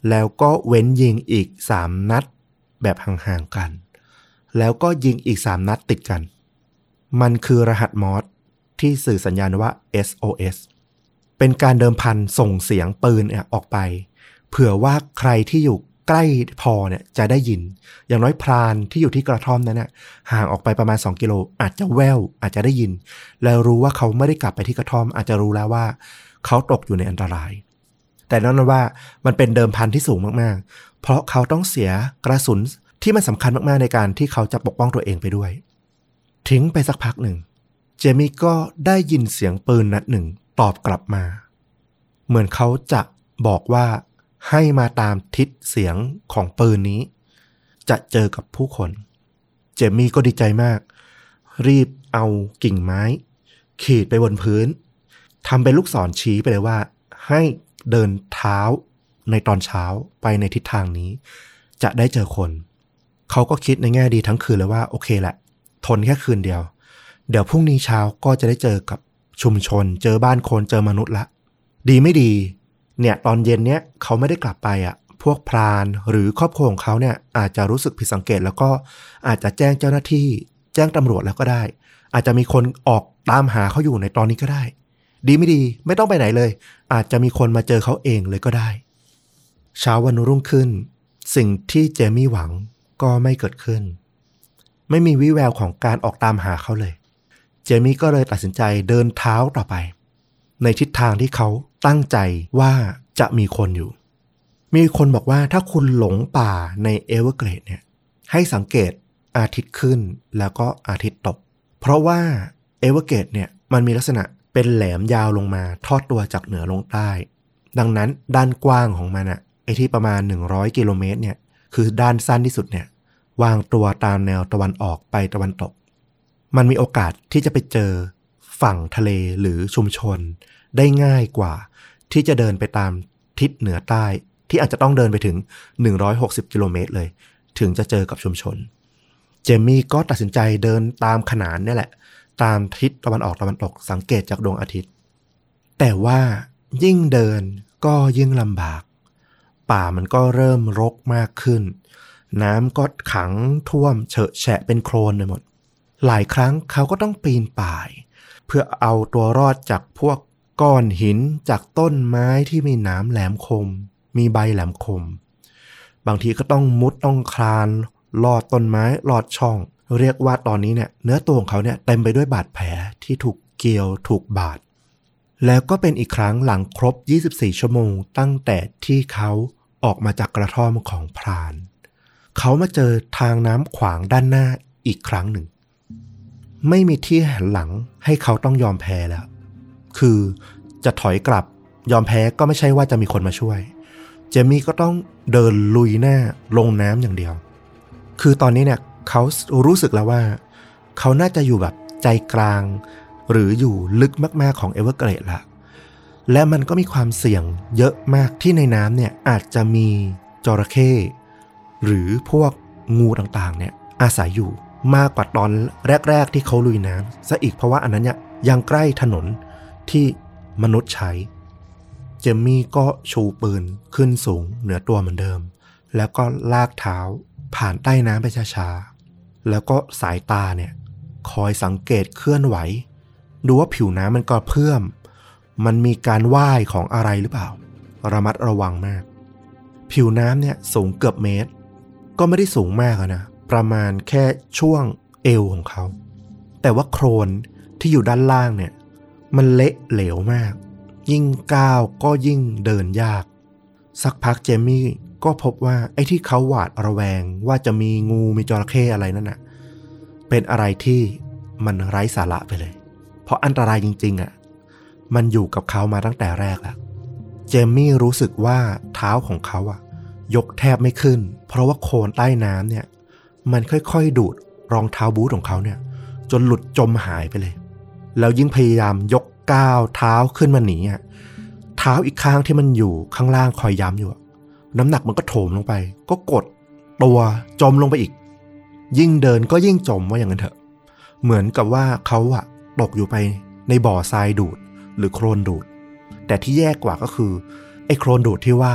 แล้วก็เว้นยิงอีกสามนัดแบบห่างๆกันแล้วก็ยิงอีกสามนัดติดกันมันคือรหัสมอร์สที่สื่อสัญญาณว่า เอส โอ เอส เป็นการเดิมพันส่งเสียงปืนออกไปเผื่อว่าใครที่อยู่ใกล้พอเนี่ยจะได้ยินอย่างน้อยพรานที่อยู่ที่กระท่อมนั้นน่ะห่างออกไปประมาณสองกิโลอาจจะแว่วอาจจะได้ยินแล้วรู้ว่าเขาไม่ได้กลับไปที่กระท่อมอาจจะรู้แล้วว่าเขาตกอยู่ในอันตรายแต่นั่นว่ามันเป็นเดิมพันที่สูงมากๆเพราะเขาต้องเสียกระสุนที่มันสำคัญมากๆในการที่เขาจะปกป้องตัวเองไปด้วยทิ้งไปสักพักหนึ่งเจมี่ก็ได้ยินเสียงปืนนัดหนึ่งตอบกลับมาเหมือนเขาจะบอกว่าให้มาตามทิศเสียงของปืนนี้จะเจอกับผู้คนเจมี่ก็ดีใจมากรีบเอากิ่งไม้ขีดไปบนพื้นทำเป็นลูกศรชี้ไปเลยว่าให้เดินเท้าในตอนเช้าไปในทิศทางนี้จะได้เจอคนเขาก็คิดในแง่ดีทั้งคืนเลยว่าโอเคแหละทนแค่คืนเดียวเดี๋ยวพรุ่งนี้เช้าก็จะได้เจอกับชุมชนเจอบ้านคนเจอมนุษย์ละดีไม่ดีเนี่ยตอนเย็นเนี้ยเขาไม่ได้กลับไปอ่ะพวกพรานหรือครอบครัวของเขาเนี่ยอาจจะรู้สึกผิดสังเกตแล้วก็อาจจะแจ้งเจ้าหน้าที่แจ้งตำรวจแล้วก็ได้อาจจะมีคนออกตามหาเขาอยู่ในตอนนี้ก็ได้ดีไม่ดีไม่ต้องไปไหนเลยอาจจะมีคนมาเจอเขาเองเลยก็ได้เช้าวันรุ่งขึ้นสิ่งที่เจมี่หวังก็ไม่เกิดขึ้นไม่มีวี่แววของการออกตามหาเขาเลยเจมี่ก็เลยตัดสินใจเดินเท้าต่อไปในทิศทางที่เขาตั้งใจว่าจะมีคนอยู่มีคนบอกว่าถ้าคุณหลงป่าในเอเวอร์เกรดเนี่ยให้สังเกตอาทิตย์ขึ้นแล้วก็อาทิตย์ตกเพราะว่าเอเวอร์เกรดเนี่ยมันมีลักษณะเป็นแหลมยาวลงมาทอดตัวจากเหนือลงใต้ดังนั้นด้านกว้างของมันอะไอ้ที่ประมาณหนึ่งร้อยกิโลเมตรเนี่ยคือด้านสั้นที่สุดเนี่ยวางตัวตามแนวตะวันออกไปตะวันตกมันมีโอกาสที่จะไปเจอฝั่งทะเลหรือชุมชนได้ง่ายกว่าที่จะเดินไปตามทิศเหนือใต้ที่อาจจะต้องเดินไปถึงหนึ่งร้อยหกสิบกิโลเมตรเลยถึงจะเจอกับชุมชนเจมี่ก็ตัดสินใจเดินตามขนานนี่แหละตามทิศตะวันออกตะวันตกสังเกตจากดวงอาทิตย์แต่ว่ายิ่งเดินก็ยิ่งลำบากป่ามันก็เริ่มรกมากขึ้นน้ำก็ขังท่วมเฉอะแฉะเป็นโคลนไปหมดหลายครั้งเขาก็ต้องปีนป่ายเพื่อเอาตัวรอดจากพวกก้อนหินจากต้นไม้ที่มีหนามแหลมคมมีใบแหลมคมบางทีก็ต้องมุดต้องคลานลอดต้นไม้ลอดช่องเรียกว่าตอนนี้เนี่ยเนื้อตัวของเขาเนี่ยเต็มไปด้วยบาดแผลที่ถูกเกี่ยวถูกบาดแล้วก็เป็นอีกครั้งหลังครบยี่สิบสี่ชั่วโมงตั้งแต่ที่เขาออกมาจากกระท่อมของพรานเขามาเจอทางน้ำขวางด้านหน้าอีกครั้งหนึ่งไม่มีที่หันหลังให้เขาต้องยอมแพ้แล้วคือจะถอยกลับยอมแพ้ก็ไม่ใช่ว่าจะมีคนมาช่วยเจมี่ก็ต้องเดินลุยหน้าลงน้ำอย่างเดียวคือตอนนี้เนี่ยเขารู้สึกแล้วว่าเขาน่าจะอยู่แบบใจกลางหรืออยู่ลึกมากๆของเอเวอร์เกรดละและมันก็มีความเสี่ยงเยอะมากที่ในน้ำเนี่ยอาจจะมีจระเข้หรือพวกงูต่างๆเนี่ยอาศัยอยู่มากกว่าตอนแรกๆที่เขาลุยน้ำซะอีกเพราะว่าอันนั้นเนี่ยยังใกล้ถนนที่มนุษย์ใช้เจมี่ก็ชูปืนขึ้นสูงเหนือตัวเหมือนเดิมแล้วก็ลากเท้าผ่านใต้น้ำไปช้าๆแล้วก็สายตาเนี่ยคอยสังเกตเคลื่อนไหวดูว่าผิวน้ำมันกระเพื่อมมันมีการว่ายของอะไรหรือเปล่าระมัดระวังมากผิวน้ำเนี่ยสูงเกือบเมตรก็ไม่ได้สูงมากนะประมาณแค่ช่วงเอวของเขาแต่ว่าโคลนที่อยู่ด้านล่างเนี่ยมันเละเหลวมากยิ่งก้าวก็ยิ่งเดินยากสักพักเจมี่ก็พบว่าไอ้ที่เขาหวาดระแวงว่าจะมีงูมีจระเข้อะไรนั่นน่ะเป็นอะไรที่มันไร้สาระไปเลยเพราะอันตรายจริงๆอ่ะมันอยู่กับเขามาตั้งแต่แรกแล้วเจมี่รู้สึกว่าเท้าของเขาอ่ะยกแทบไม่ขึ้นเพราะว่าโคลนใต้น้ำเนี่ยมันค่อยๆดูดรองเท้าบูทของเขาเนี่ยจนหลุดจมหายไปเลยแล้วยิ่งพยายามยกก้าวเท้าขึ้นมาหนีอ่ะเท้าอีกข้างที่มันอยู่ข้างล่างคอยย้ำอยู่น้ำหนักมันก็โถมลงไปก็กดตัวจมลงไปอีกยิ่งเดินก็ยิ่งจมว่าอย่างนั้นเถอะเหมือนกับว่าเขาอะตกอยู่ไปในบ่อทรายดูดหรือโคลนดูดแต่ที่แย่กว่าก็คือไอ้โคลนดูดที่ว่า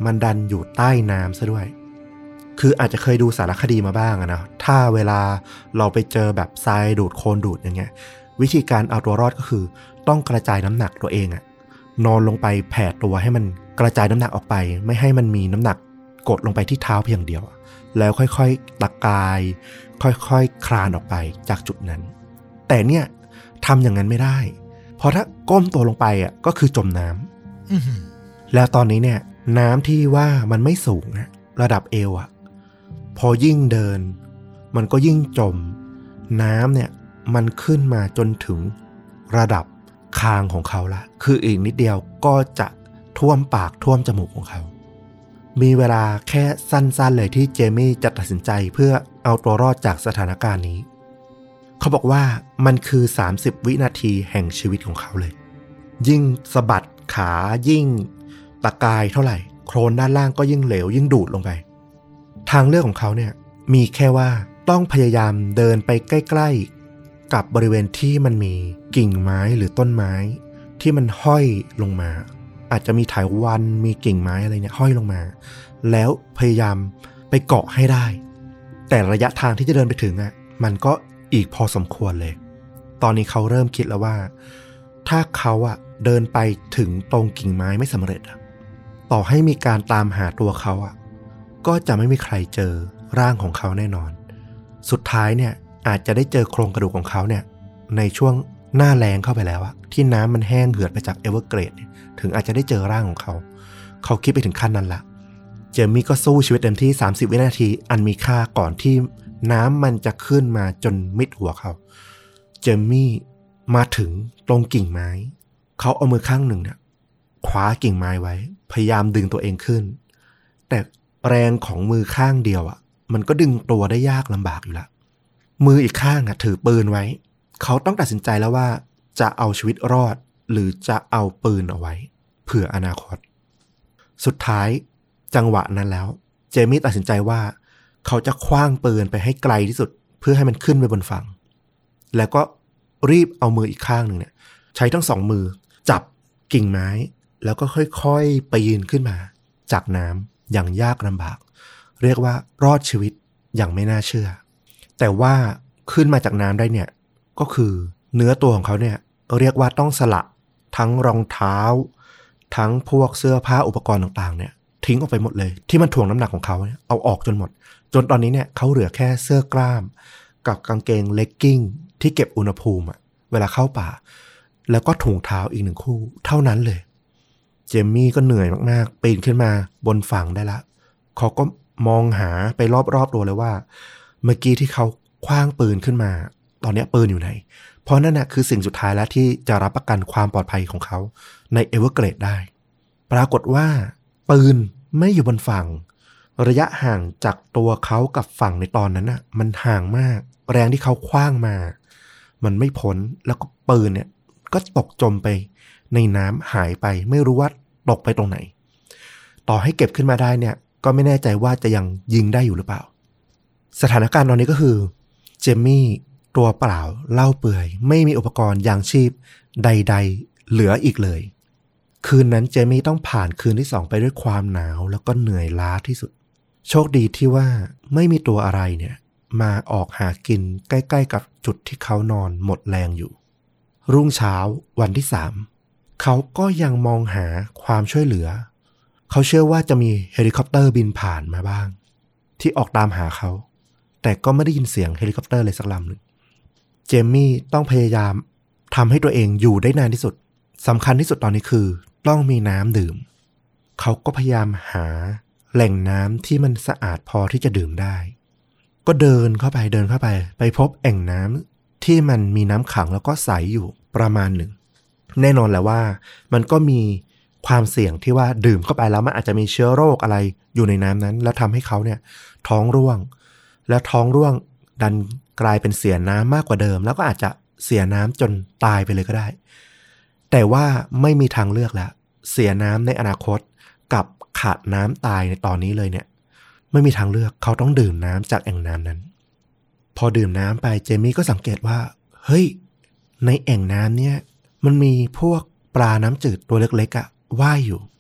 มันดันอยู่ใต้น้ำซะด้วยคืออาจจะเคยดูสารคดีมาบ้างอะนะถ้าเวลาเราไปเจอแบบทรายดูดโคลนดูดอย่างเงี้ยวิธีการเอาตัวรอดก็คือต้องกระจายน้ำหนักตัวเองอะนอนลงไปแผ่ตัวให้มันกระจายน้ำหนักออกไปไม่ให้มันมีน้ำหนักกดลงไปที่เท้าเพียงเดียวแล้วค่อยๆตะกายค่อยๆ ค, คลานออกไปจากจุดนั้นแต่เนี่ยทำอย่างนั้นไม่ได้เพราะถ้าก้มตัวลงไปอ่ะก็คือจมน้ำแล้วตอนนี้เนี่ยน้ำที่ว่ามันไม่สูงนะระดับเอวอ่ะพอยิ่งเดินมันก็ยิ่งจมน้ำเนี่ยมันขึ้นมาจนถึงระดับคางของเขาละคืออีกนิดเดียวก็จะท่วมปากท่วมจมูกของเขามีเวลาแค่สั้นๆเลยที่เจมี่จะตัดสินใจเพื่อเอาตัวรอดจากสถานการณ์นี้เขาบอกว่ามันคือสามสิบวินาทีแห่งชีวิตของเขาเลยยิ่งสะบัดขายิ่งตะกายเท่าไหร่โคลนด้านล่างก็ยิ่งเหลวยิ่งดูดลงไปทางเลือกของเขาเนี่ยมีแค่ว่าต้องพยายามเดินไปใกล้ๆกับบริเวณที่มันมีกิ่งไม้หรือต้นไม้ที่มันห้อยลงมาอาจจะมีไถวันมีกิ่งไม้อะไรเนี่ยห้อยลงมาแล้วพยายามไปเกาะให้ได้แต่ระยะทางที่จะเดินไปถึงอ่ะมันก็อีกพอสมควรเลยตอนนี้เขาเริ่มคิดแล้วว่าถ้าเขาอ่ะเดินไปถึงตรงกิ่งไม้ไม่สำเร็จอ่ะต่อให้มีการตามหาตัวเขาอ่ะก็จะไม่มีใครเจอร่างของเขาแน่นอนสุดท้ายเนี่ยอาจจะได้เจอโครงกระดูกของเขาเนี่ยในช่วงหน้าแล้งเข้าไปแล้วอ่ะที่น้ำมันแห้งเหือดไปจากเอเวอร์เกรดถึงอาจจะได้เจอร่างของเขาเขาคิดไปถึงขั้นนั้นละเจมี่ก็สู้ชีวิตเต็มที่สามสิบวินาทีอันมีค่าก่อนที่น้ำมันจะขึ้นมาจนมิดหัวเขาเจมี่มาถึงตรงกิ่งไม้เขาเอามือข้างหนึ่งเนี่ยคว้ากิ่งไม้ไว้พยายามดึงตัวเองขึ้นแต่แรงของมือข้างเดียวอ่ะมันก็ดึงตัวได้ยากลำบากอยู่ละมืออีกข้างอ่ะถือปืนไว้เขาต้องตัดสินใจแล้วว่าจะเอาชีวิตรอดหรือจะเอาปืนเอาไว้เผื่ออนาคตสุดท้ายจังหวะนั้นแล้วเจมี่ตัดสินใจว่าเขาจะคว้างปืนไปให้ไกลที่สุดเพื่อให้มันขึ้นไปบนฝั่งแล้วก็รีบเอามืออีกข้างหนึ่งเนี่ยใช้ทั้งสองมือจับกิ่งไม้แล้วก็ค่อยๆปีนขึ้นมาจากน้ำอย่างยากลำบากเรียกว่ารอดชีวิตอย่างไม่น่าเชื่อแต่ว่าขึ้นมาจากน้ำได้เนี่ยก็คือเนื้อตัวของเขาเนี่ยเรียกว่าต้องสละทั้งรองเท้าทั้งพวกเสื้อผ้าอุปกรณ์ต่างๆเนี่ยทิ้งออกไปหมดเลยที่มันถ่วงน้ำหนักของเขาเอาออกจนหมดจนตอนนี้เนี่ยเขาเหลือแค่เสื้อกล้ามกับกางเกงเลกกิ้งที่เก็บอุณหภูมิอะเวลาเข้าป่าแล้วก็ถุงเท้าอีกหนึ่งคู่เท่านั้นเลยเจมี่ก็เหนื่อยมากๆปีนขึ้นมาบนฝั่งได้ละเขาก็มองหาไปรอบๆตัวเลยว่าเมื่อกี้ที่เขาคว้างปืนขึ้นมาตอนนี้ปืนอยู่ไหนเพราะนั่นนะคือสิ่งสุดท้ายแล้วที่จะรับประกันความปลอดภัยของเขาในเอเวอร์เกรดได้ปรากฏว่าปืนไม่อยู่บนฝั่งระยะห่างจากตัวเขากับฝั่งในตอนนั้นน่ะมันห่างมากแรงที่เขาคว้างมามันไม่พ้นแล้วก็ปืนเนี่ยก็ตกจมไปในน้ำหายไปไม่รู้ว่าตกไปตรงไหนต่อให้เก็บขึ้นมาได้เนี่ยก็ไม่แน่ใจว่าจะยังยิงได้อยู่หรือเปล่าสถานการณ์ตอนนี้ก็คือเจมี่ตัวเปล่าเล่าเปื่อยไม่มีอุปกรณ์ยางชีพใดๆเหลืออีกเลยคืนนั้นเจมี่ต้องผ่านคืนที่สองไปด้วยความหนาวแล้วก็เหนื่อยล้าที่สุดโชคดีที่ว่าไม่มีตัวอะไรเนี่ยมาออกหากินใกล้ๆกับจุดที่เขานอนหมดแรงอยู่รุ่งเช้าวันที่สามเขาก็ยังมองหาความช่วยเหลือเขาเชื่อว่าจะมีเฮลิคอปเตอร์บินผ่านมาบ้างที่ออกตามหาเขาแต่ก็ไม่ได้ยินเสียงเฮลิคอปเตอร์เลยสักลำหนึ่งเจมี่ต้องพยายามทำให้ตัวเองอยู่ได้นานที่สุดสำคัญที่สุดตอนนี้คือต้องมีน้ำดื่มเขาก็พยายามหาแหล่งน้ำที่มันสะอาดพอที่จะดื่มได้ก็เดินเข้าไปเดินเข้าไปไปพบแอ่งน้ำที่มันมีน้ำขังแล้วก็ใสอยู่ประมาณหนึ่งแน่นอนแหละว่ามันก็มีความเสี่ยงที่ว่าดื่มเข้าไปแล้วมันอาจจะมีเชื้อโรคอะไรอยู่ในน้ำนั้นแล้วทำให้เขาเนี่ยท้องร่วงแล้วท้องร่วงดันกลายเป็นเสียน้ำมากกว่าเดิมแล้วก็อาจจะเสียน้ำจนตายไปเลยก็ได้แต่ว่าไม่มีทางเลือกแล้วเสียน้ำในอนาคตกับขาดน้ำตายในตอนนี้เลยเนี่ยไม่มีทางเลือกเขาต้องดื่มน้ำจากแอ่งน้ำนั้นพอดื่มน้ำไปเจมี่ก็สังเกตว่าเฮ้ยในแอ่งน้ำเนี่ยมันมีพวกปลาน้ำจืดตัวเล็กๆอ่ะว่ายอยู่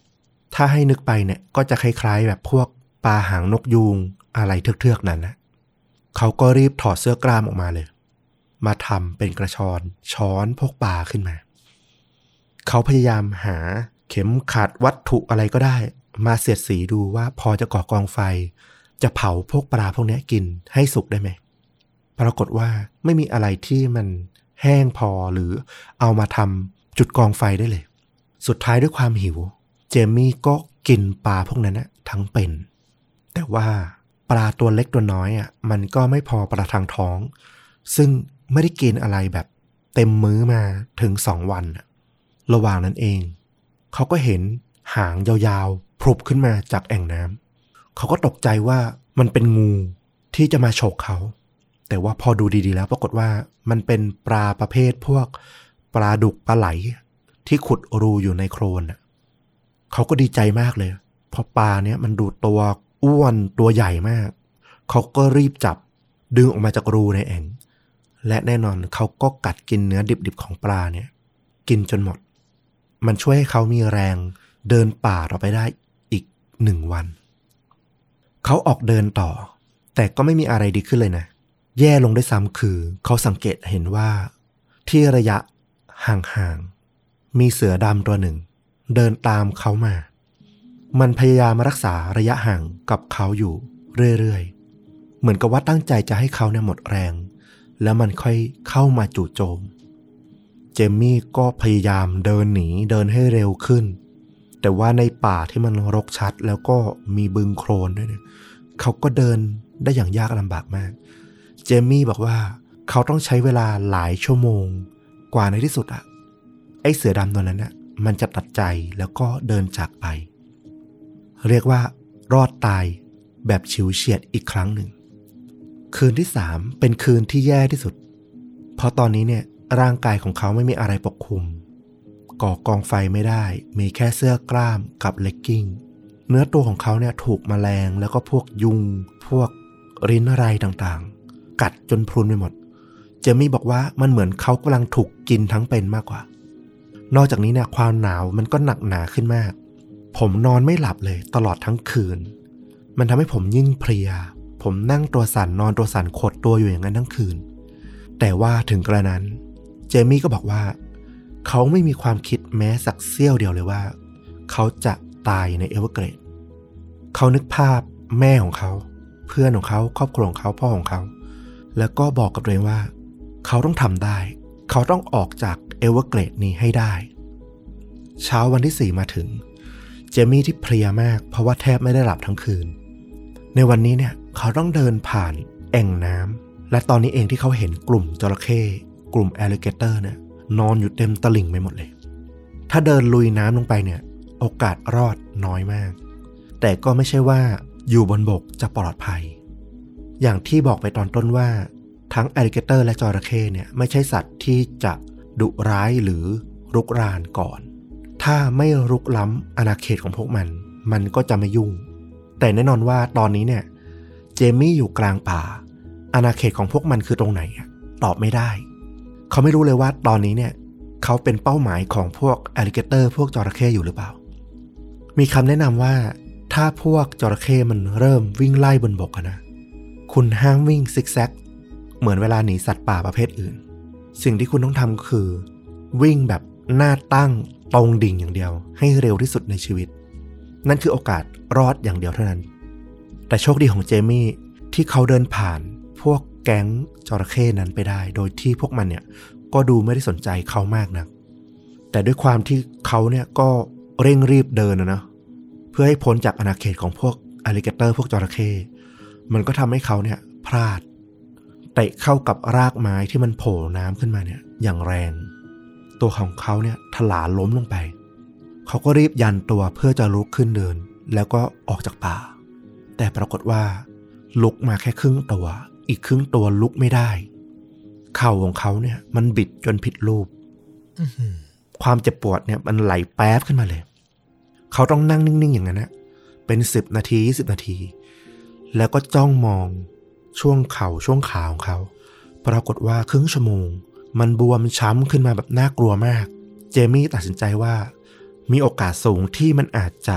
ถ้าให้นึกไปเนี่ยก็จะคล้ายๆแบบพวกปลาหางนกยูงอะไรเทือกๆนั้นนะเขาก็รีบถอดเสื้อกล้ามออกมาเลยมาทำเป็นกระชอนช้อนพวกปลาขึ้นมาเขาพยายามหาเข็มขัดวัตถุอะไรก็ได้มาเสียดสีดูว่าพอจะก่อกองไฟจะเผาพวกปลาพวกนี้กินให้สุกได้ไหมปรากฏว่าไม่มีอะไรที่มันแห้งพอหรือเอามาทำจุดกองไฟได้เลยสุดท้ายด้วยความหิวเจมี่ก็กินปลาพวกนั้นนะทั้งเป็นแต่ว่าปลาตัวเล็กตัวน้อยอ่ะมันก็ไม่พอประทังท้องซึ่งไม่ได้กินอะไรแบบเต็มมื้อมาถึงสองวันระหว่างนั้นเองเขาก็เห็นหางยาวๆพรุบขึ้นมาจากแอ่งน้ำเขาก็ตกใจว่ามันเป็นงูที่จะมาฉกเขาแต่ว่าพอดูดีๆแล้วปรากฏว่ามันเป็นปลาประเภทพวกปลาดุกปลาไหลที่ขุดรูอยู่ในโคลนเขาก็ดีใจมากเลยเพราะปลาเนี้ยมันดูตัวอ้วนตัวใหญ่มากเขาก็รีบจับดึงออกมาจากรูในแอ่งและแน่นอนเขาก็กัดกินเนื้อดิบๆของปลาเนี่ยกินจนหมดมันช่วยให้เขามีแรงเดินป่าต่อไปได้อีกหนึ่งวันเขาออกเดินต่อแต่ก็ไม่มีอะไรดีขึ้นเลยนะแย่ลงด้วยซ้ำคือเขาสังเกตเห็นว่าที่ระยะห่างๆมีเสือดำตัวหนึ่งเดินตามเขามามันพยายามรักษาระยะห่างกับเขาอยู่เรื่อยๆเหมือนกับว่าตั้งใจจะให้เขาเนี่ยหมดแรงแล้วมันค่อยเข้ามาจู่โจมเจมี่ก็พยายามเดินหนีเดินให้เร็วขึ้นแต่ว่าในป่าที่มันรกชัดแล้วก็มีบึงโคลนด้วยเนี่ยเขาก็เดินได้อย่างยากลำบากมากเจมี่บอกว่าเขาต้องใช้เวลาหลายชั่วโมงกว่าในที่สุดอะไอ้เสือดำตัวนั้นอะมันจะตัดใจแล้วก็เดินจากไปเรียกว่ารอดตายแบบฉิวเฉียดอีกครั้งหนึ่งคืนที่สามเป็นคืนที่แย่ที่สุดเพราะตอนนี้เนี่ยร่างกายของเขาไม่มีอะไรปกคลุมก่อกองไฟไม่ได้มีแค่เสื้อกล้ามกับเลกกิ้งเนื้อตัวของเขาเนี่ยถูกแมลงแล้วก็พวกยุงพวกริ้นไรต่างๆกัดจนพรุนไปหมดเจมี่บอกว่ามันเหมือนเขากำลังถูกกินทั้งเป็นมากกว่านอกจากนี้เนี่ยความหนาวมันก็หนักหนาขึ้นมากผมนอนไม่หลับเลยตลอดทั้งคืนมันทำให้ผมยิ่งเพลียผมนั่งตัวสั่นนอนตัวสั่นขดตัวอยู่อย่างนั้นทั้งคืนแต่ว่าถึงกระนั้นเจมี่ก็บอกว่าเขาไม่มีความคิดแม้สักเสี้ยวเดียวเลยว่าเขาจะตายในเอเวอร์เกรดเขานึกภาพแม่ของเขาเพื่อนของเขาครอบครัวของเขาพ่อของเขาแล้วก็บอกกับตัวเองว่าเขาต้องทำได้เขาต้องออกจากเอเวอร์เกรดนี้ให้ได้เช้าวันที่สี่มาถึงเจมี่ที่เพลียมากเพราะว่าแทบไม่ได้หลับทั้งคืนในวันนี้เนี่ยเขาต้องเดินผ่านแอ่งน้ำและตอนนี้เองที่เขาเห็นกลุ่มจระเข้กลุ่มแอลลิเกเตอร์เนี่ยนอนอยู่เต็มตลิ่งไปหมดเลยถ้าเดินลุยน้ำลงไปเนี่ยโอกาสรอดน้อยมากแต่ก็ไม่ใช่ว่าอยู่บนบกจะปลอดภัยอย่างที่บอกไปตอนต้นว่าทั้งแอลลิเกเตอร์และจระเข้เนี่ยไม่ใช่สัตว์ที่จะดุร้ายหรือรุกรานก่อนถ้าไม่รุกล้ำอาณาเขตของพวกมันมันก็จะไม่ยุ่งแต่แน่นอนว่าตอนนี้เนี่ยเจมี่อยู่กลางป่าอาณาเขตของพวกมันคือตรงไหนตอบไม่ได้เขาไม่รู้เลยว่าตอนนี้เนี่ยเขาเป็นเป้าหมายของพวกแอลลิเกเตอร์พวกจระเข้อยู่หรือเปล่ามีคำแนะนำว่าถ้าพวกจระเข้มันเริ่มวิ่งไล่บนบกนะคุณห้ามวิ่งซิกแซกเหมือนเวลาหนีสัตว์ป่าประเภทอื่นสิ่งที่คุณต้องทำคือวิ่งแบบหน้าตั้งตรงดิ่งอย่างเดียวให้เร็วที่สุดในชีวิตนั่นคือโอกาสรอดอย่างเดียวเท่านั้นแต่โชคดีของเจมี่ที่เขาเดินผ่านพวกแก๊งจระเข้นั้นไปได้โดยที่พวกมันเนี่ยก็ดูไม่ได้สนใจเขามากนักแต่ด้วยความที่เขาเนี่ยก็เร่งรีบเดินนะนะเพื่อให้พ้นจากอาณาเขตของพวกอลลิเกเตอร์พวกจระเข้มันก็ทำให้เขาเนี่ยพลาดเตะเข้ากับรากไม้ที่มันโผล่น้ำขึ้นมาเนี่ยอย่างแรงตัวของเขาเนี่ยถลาล้มลงไปเขาก็รีบยันตัวเพื่อจะลุกขึ้นเดินแล้วก็ออกจากป่าแต่ปรากฏว่าลุกมาแค่ครึ่งตัวอีกครึ่งตัวลุกไม่ได้เข่าของเขาเนี่ยมันบิดจนผิดรูป ความเจ็บปวดเนี่ยมันไหลแป๊บขึ้นมาเลยเขาต้องนั่งนิ่งๆอย่างนั้นนะเป็นสิบนาทียี่สิบนาทีแล้วก็จ้องมองช่วงเข่าช่วงขาของเขาปรากฏว่าครึ่งชั่วโมงมันบวมช้ำขึ้นมาแบบน่ากลัวมากเจมี่ตัดสินใจว่ามีโอกาสสูงที่มันอาจจะ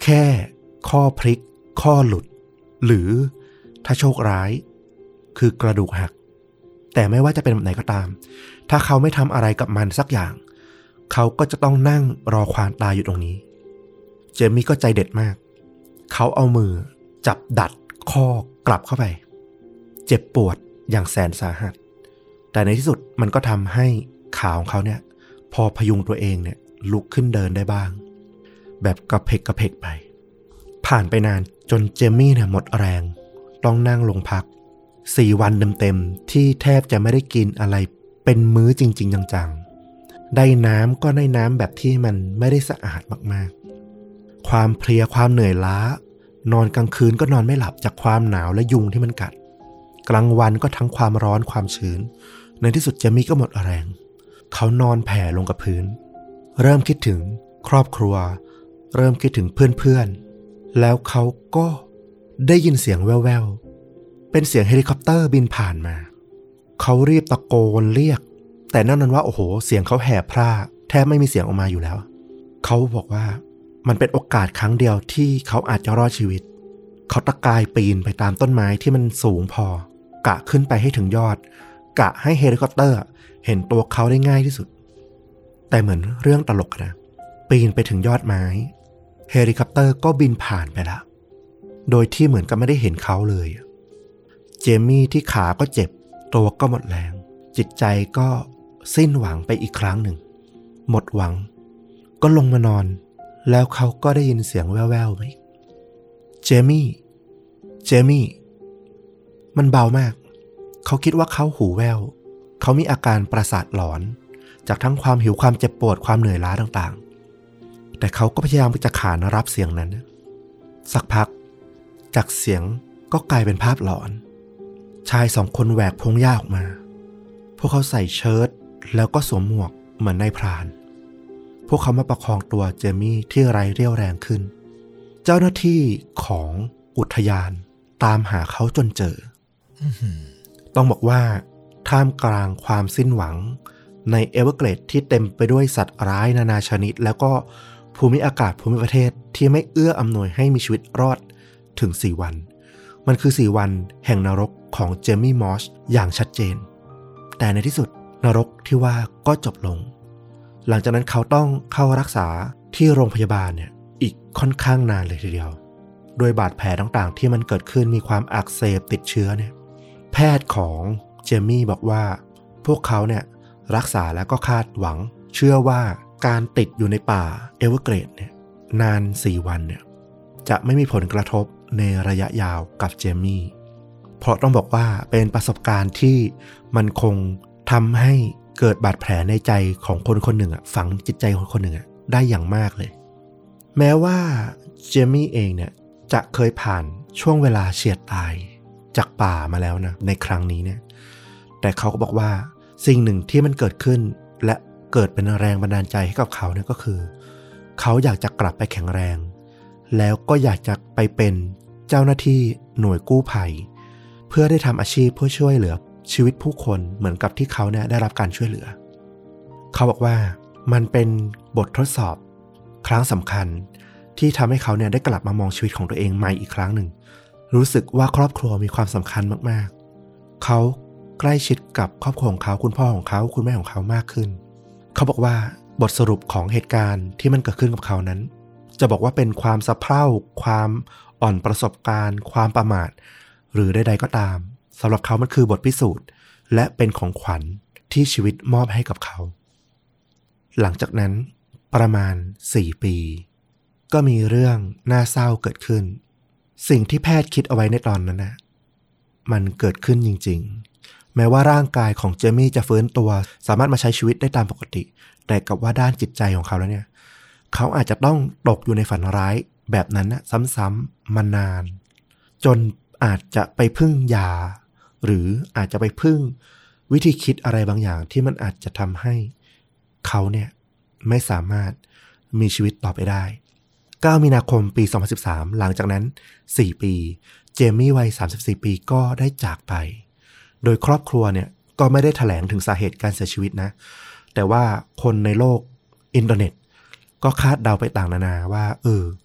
แค่ข้อพลิกข้อหลุดหรือถ้าโชคร้ายคือกระดูกหักแต่ไม่ว่าจะเป็นแบบไหนก็ตามถ้าเขาไม่ทำอะไรกับมันสักอย่างเขาก็จะต้องนั่งรอความตายอยู่ตรงนี้เจมี่ก็ใจเด็ดมากเขาเอามือจับดัดข้อกลับเข้าไปเจ็บปวดอย่างแสนสาหัสแต่ในที่สุดมันก็ทำให้ขาของเขาเนี่ยพอพยุงตัวเองเนี่ยลุกขึ้นเดินได้บ้างแบบกระเพกกระเพกไปผ่านไปนานจนเจมี่เนี่ยหมดแรงต้องนั่งลงพักสี่วันเต็มๆที่แทบจะไม่ได้กินอะไรเป็นมื้อจริงๆจังๆได้น้ำก็ได้น้ำแบบที่มันไม่ได้สะอาดมากๆความเพลียความเหนื่อยล้านอนกลางคืนก็นอนไม่หลับจากความหนาวและยุงที่มันกัดกลางวันก็ทั้งความร้อนความชื้นในที่สุดเจมี่ก็หมดแรงเขานอนแผ่ลงกับพื้นเริ่มคิดถึงครอบครัวเริ่มคิดถึงเพื่อนๆแล้วเขาก็ได้ยินเสียงแว่วๆเป็นเสียงเฮลิคอปเตอร์บินผ่านมาเขารีบตะโกนเรียกแต่นั่นนั้นว่าโอ้โหเสียงเขาแหบพร่าแทบไม่มีเสียงออกมาอยู่แล้วเขาบอกว่ามันเป็นโอกาสครั้งเดียวที่เขาอาจจะรอดชีวิตเขาตะกายปีนไปตามต้นไม้ที่มันสูงพอกะขึ้นไปให้ถึงยอดกะให้เฮลิคอปเตอร์เห็นตัวเขาได้ง่ายที่สุดแต่เหมือนเรื่องตลกนะปีนไปถึงยอดไม้เฮลิคอปเตอร์ก็บินผ่านไปละโดยที่เหมือนกับไม่ได้เห็นเขาเลยเจมี่ที่ขาก็เจ็บตัวก็หมดแรงจิตใจก็สิ้นหวังไปอีกครั้งหนึ่งหมดหวังก็ลงมานอนแล้วเขาก็ได้ยินเสียงแว่วๆไหมเจมี่เจมี่มันเบามากเขาคิดว่าเขาหูแว่วเขามีอาการประสาทหลอนจากทั้งความหิวความเจ็บปวดความเหนื่อยล้าต่างๆแต่เขาก็พยายามจะขานรับเสียงนั้นสักพักจากเสียงก็กลายเป็นภาพหลอนชายสองคนแหวกพงหญ้าออกมาพวกเขาใส่เชิ้ตแล้วก็สวมหมวกเหมือนนายพรานพวกเขามาประคองตัวเจมี่ที่ไร้เรี่ยวแรงขึ้นเจ้าหน้าที่ของอุทยานตามหาเขาจนเจอ ต้องบอกว่าท่ามกลางความสิ้นหวังในเอเวอร์เกรดที่เต็มไปด้วยสัตว์ร้ายนานาชนิดแล้วก็ภูมิอากาศภูมิประเทศที่ไม่เอื้ออำนวยให้มีชีวิตรอดถึงสี่วันมันคือสี่วันแห่งนรกของเจมี่มอสอย่างชัดเจนแต่ในที่สุดนรกที่ว่าก็จบลงหลังจากนั้นเขาต้องเข้ารักษาที่โรงพยาบาลเนี่ยอีกค่อนข้างนานเลยทีเดียวโดยบาดแผลต่างๆที่มันเกิดขึ้นมีความอักเสบติดเชื้อเนี่ยแพทย์ของเจมี่บอกว่าพวกเขาเนี่ยรักษาแล้วก็คาดหวังเชื่อว่าการติดอยู่ในป่าเอเวอร์เกรดเนี่ยนานสี่วันเนี่ยจะไม่มีผลกระทบในระยะยาวกับเจมี่เพราะต้องบอกว่าเป็นประสบการณ์ที่มันคงทำให้เกิดบาดแผลในใจของคนคนหนึ่งอ่ะฝังจิตใจคนคนหนึ่งอ่ะได้อย่างมากเลยแม้ว่าเจมี่เองเนี่ยจะเคยผ่านช่วงเวลาเฉียดตายจากป่ามาแล้วนะในครั้งนี้เนี่ยแต่เขาก็บอกว่าสิ่งหนึ่งที่มันเกิดขึ้นและเกิดเป็นแรงบันดาลใจให้กับเขาเนี่ยก็คือเขาอยากจะกลับไปแข็งแรงแล้วก็อยากจะไปเป็นเจ้าหน้าที่หน่วยกู้ภัยเพื่อได้ทำอาชีพเพื่อช่วยเหลือชีวิตผู้คนเหมือนกับที่เขาเนี่ยได้รับการช่วยเหลือเขาบอกว่ามันเป็นบททดสอบครั้งสำคัญที่ทำให้เขาเนี่ยได้กลับมามองชีวิตของตัวเองใหม่อีกครั้งหนึ่งรู้สึกว่าครอบครัวมีความสำคัญมากๆเขาใกล้ชิดกับครอบครัวของเขาคุณพ่อของเขาคุณแม่ของเขามากขึ้นเขาบอกว่าบทสรุปของเหตุการณ์ที่มันเกิดขึ้นกับเขานั้นจะบอกว่าเป็นความสะเพร่าความอ่อนประสบการณ์ความประมาทหรือใดๆก็ตามสำหรับเขามันคือบทพิสูจน์และเป็นของขวัญที่ชีวิตมอบให้กับเขาหลังจากนั้นประมาณสี่ปีก็มีเรื่องน่าเศร้าเกิดขึ้นสิ่งที่แพทย์คิดเอาไว้ในตอนนั้นนะมันเกิดขึ้นจริงๆแม้ว่าร่างกายของเจมี่จะฟื้นตัวสามารถมาใช้ชีวิตได้ตามปกติแต่กับว่าด้านจิตใจของเขาแล้วเนี่ยเขาอาจจะต้องตกอยู่ในฝันร้ายแบบนั้นนะซ้ำๆมานานจนอาจจะไปพึ่งยาหรืออาจจะไปพึ่งวิธีคิดอะไรบางอย่างที่มันอาจจะทำให้เขาเนี่ยไม่สามารถมีชีวิตต่อไปได้เก้ามีนาคมปีสองพันสิบสามหลังจากนั้นสี่ปีเจมี่วัยสามสิบสี่ปีก็ได้จากไปโดยครอบครัวเนี่ยก็ไม่ได้แถลงถึงสาเหตุการเสียชีวิตนะแต่ว่าคนในโลกอินเทอร์เน็ตก็คาดเดาไปต่างนานาว่าเออ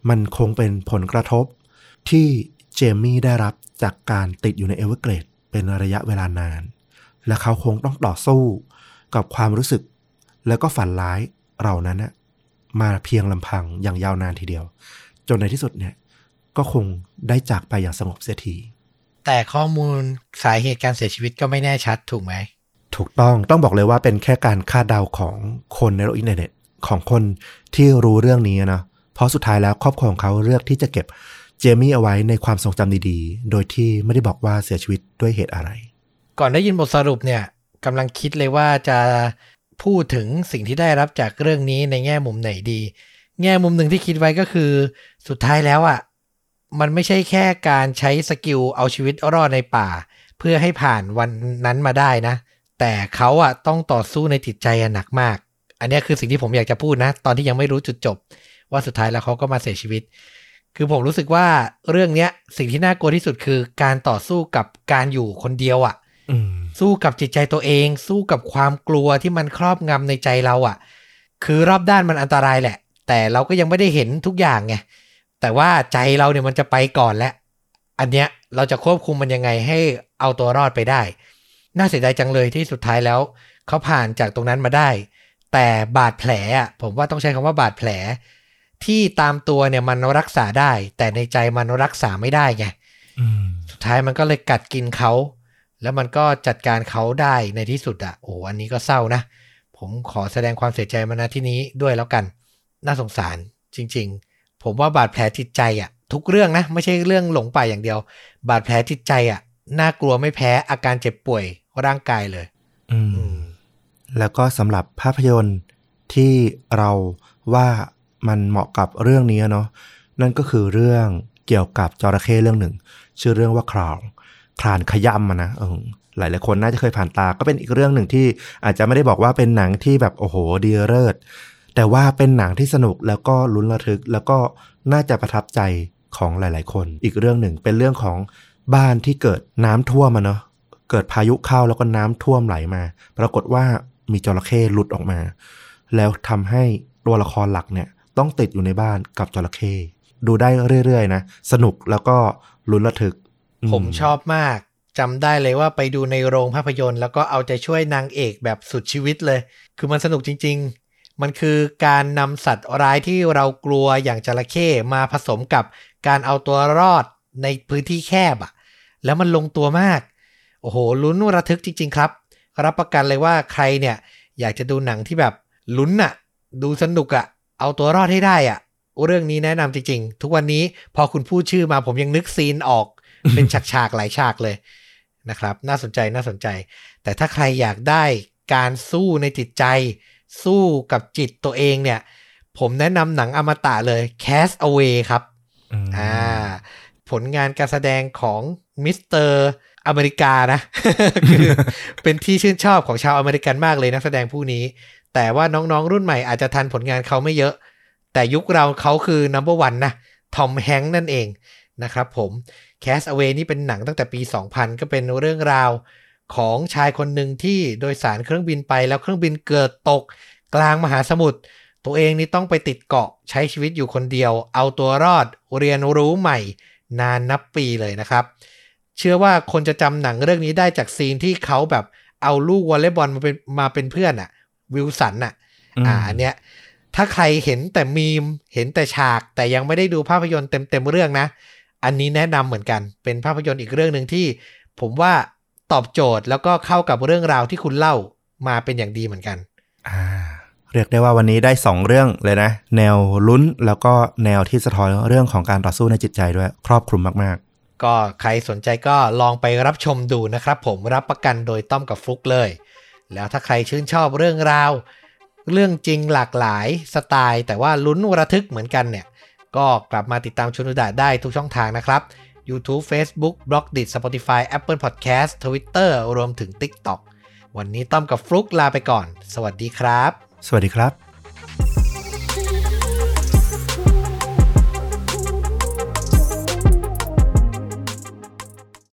มันคงเป็นผลกระทบที่เจมี่ได้รับจากการติดอยู่ในเอเวอร์เกรดเป็นระยะเวลานานและเขาคงต้องต่อสู้กับความรู้สึกแล้วก็ฝันร้ายเหล่านั้นนะมาเพียงลำพังอย่างยาวนานทีเดียวจนในที่สุดเนี่ยก็คงได้จากไปอย่างสงบเสียทีแต่ข้อมูลสาเหตุการเสียชีวิตก็ไม่แน่ชัดถูกไหมถูกต้องต้องบอกเลยว่าเป็นแค่การคาดเดาของคนในโลกอินเทอร์เน็ตของคนที่รู้เรื่องนี้นะเพราะสุดท้ายแล้วครอบครัวของเขาเลือกที่จะเก็บเจมี่เอาไว้ในความทรงจำดีๆโดยที่ไม่ได้บอกว่าเสียชีวิตด้วยเหตุอะไรก่อนได้ยินบทสรุปเนี่ยกำลังคิดเลยว่าจะพูดถึงสิ่งที่ได้รับจากเรื่องนี้ในแง่มุมไหนดีแง่มุมหนึ่งที่คิดไว้ก็คือสุดท้ายแล้วอ่ะมันไม่ใช่แค่การใช้สกิลเอาชีวิตรอดในป่าเพื่อให้ผ่านวันนั้นมาได้นะแต่เขาอ่ะต้องต่อสู้ในจิตใจหนักมากอันนี้คือสิ่งที่ผมอยากจะพูดนะตอนที่ยังไม่รู้จุดจบว่าสุดท้ายแล้วเขาก็มาเสียชีวิตคือผมรู้สึกว่าเรื่องนี้สิ่งที่น่ากลัวที่สุดคือการต่อสู้กับการอยู่คนเดียวอ่ะสู้กับจิตใจตัวเองสู้กับความกลัวที่มันครอบงำในใจเราอ่ะคือรอบด้านมันอันตรายแหละแต่เราก็ยังไม่ได้เห็นทุกอย่างไงแต่ว่าใจเราเนี่ยมันจะไปก่อนแล้วอันเนี้ยเราจะควบคุมมันยังไงให้เอาตัวรอดไปได้น่าเสียดายจังเลยที่สุดท้ายแล้วเขาผ่านจากตรงนั้นมาได้แต่บาดแผลอ่ะผมว่าต้องใช้คำว่าบาดแผลที่ตามตัวเนี่ยมันรักษาได้แต่ในใจมันรักษาไม่ได้ไงสุดท้ายมันก็เลยกัดกินเขาแล้วมันก็จัดการเขาได้ในที่สุดอ่ะโอ้อันนี้ก็เศร้านะผมขอแสดงความเสียใจมาณที่นี้ด้วยแล้วกันน่าสงสารจริงๆผมว่าบาดแผลจิตใจอ่ะทุกเรื่องนะไม่ใช่เรื่องหลงป่าอย่างเดียวบาดแผลจิตใจอ่ะน่ากลัวไม่แพ้อาการเจ็บป่วยร่างกายเลยอืมแล้วก็สำหรับภาพยนตร์ที่เราว่ามันเหมาะกับเรื่องนี้เนาะนั่นก็คือเรื่องเกี่ยวกับจระเข้เรื่องหนึ่งชื่อเรื่องว่าคราวคลานขย่ำมานะเออหลายๆคนน่าจะเคยผ่านตาก็เป็นอีกเรื่องหนึ่งที่อาจจะไม่ได้บอกว่าเป็นหนังที่แบบโอ้โหดีเลิศแต่ว่าเป็นหนังที่สนุกแล้วก็ลุ้นระทึกแล้วก็น่าจะประทับใจของหลายๆคนอีกเรื่องหนึ่งเป็นเรื่องของบ้านที่เกิดน้ำท่วมมาเนาะเกิดพายุเข้าแล้วก็น้ำท่วมไหลมาปรากฏว่ามีจระเข้หลุดออกมาแล้วทำให้ตัวละครหลักเนี่ยต้องติดอยู่ในบ้านกับจระเข้ดูได้เรื่อยๆนะสนุกแล้วก็ลุ้นระทึกผมชอบมากจำได้เลยว่าไปดูในโรงภาพยนตร์แล้วก็เอาใจช่วยนางเอกแบบสุดชีวิตเลยคือมันสนุกจริงๆมันคือการนำสัตว์ร้ายที่เรากลัวอย่างจระเข้มาผสมกับการเอาตัวรอดในพื้นที่แคบอ่ะแล้วมันลงตัวมากโอ้โหลุ้นระทึกจริงๆครับรับประกันเลยว่าใครเนี่ยอยากจะดูหนังที่แบบลุ้นอ่ะดูสนุกอ่ะเอาตัวรอดให้ได้อ่ะเรื่องนี้แนะนำจริงๆทุกวันนี้พอคุณพูดชื่อมาผมยังนึกซีนออกเป็นฉากๆหลายฉากเลยนะครับน่าสนใจน่าสนใจแต่ถ้าใครอยากได้การสู้ในจิตใจสู้กับจิตตัวเองเนี่ยผมแนะนำหนังอมตะเลย Cast Away ครับอ่าผลงานการแสดงของมิสเตอร์อเมริกานะ คือเป็นที่ชื่นชอบของชาวอเมริกันมากเลยนักแสดงผู้นี้แต่ว่าน้องๆรุ่นใหม่อาจจะทันผลงานเขาไม่เยอะแต่ยุคเราเขาคือ นัมเบอร์ วัน นะทอมแฮงค์นั่นเองนะครับผม Cast Away นี่เป็นหนังตั้งแต่ปีสองพันก็เป็นเรื่องราวของชายคนหนึ่งที่โดยสารเครื่องบินไปแล้วเครื่องบินเกิดตกกลางมหาสมุทรตัวเองนี่ต้องไปติดเกาะใช้ชีวิตอยู่คนเดียวเอาตัวรอดเรียนรู้ใหม่นานนับปีเลยนะครับเชื่อว่าคนจะจำหนังเรื่องนี้ได้จากซีนที่เขาแบบเอาลูกวอลเลย์บอลมาเป็นมาเป็นเพื่อนอ่ะวิลสันอ่ะอ่าอันเนี้ยถ้าใครเห็นแต่มีมเห็นแต่ฉากแต่ยังไม่ได้ดูภาพยนตร์เต็มๆเรื่องนะอันนี้แนะนำเหมือนกันเป็นภาพยนตร์อีกเรื่องนึงที่ผมว่าตอบโจทย์แล้วก็เข้ากับเรื่องราวที่คุณเล่ามาเป็นอย่างดีเหมือนกันอ่าเรียกได้ว่าวันนี้ได้สองเรื่องเลยนะแนวลุ้นแล้วก็แนวที่สะท้อนเรื่องของการต่อสู้ในจิตใจด้วยครอบคลุมมากๆก็ใครสนใจก็ลองไปรับชมดูนะครับผมรับประกันโดยต้อมกับฟลุกเลยแล้วถ้าใครชื่นชอบเรื่องราวเรื่องจริงหลากหลายสไตล์แต่ว่าลุ้นระทึกเหมือนกันเนี่ยก็กลับมาติดตามชนุดะได้ทุกช่องทางนะครับ YouTube Facebook Blogdit Spotify Apple Podcast Twitter รวมถึง TikTok วันนี้ต้อมกับฟลุกลาไปก่อนสวัสดีครับสวัสดีครับ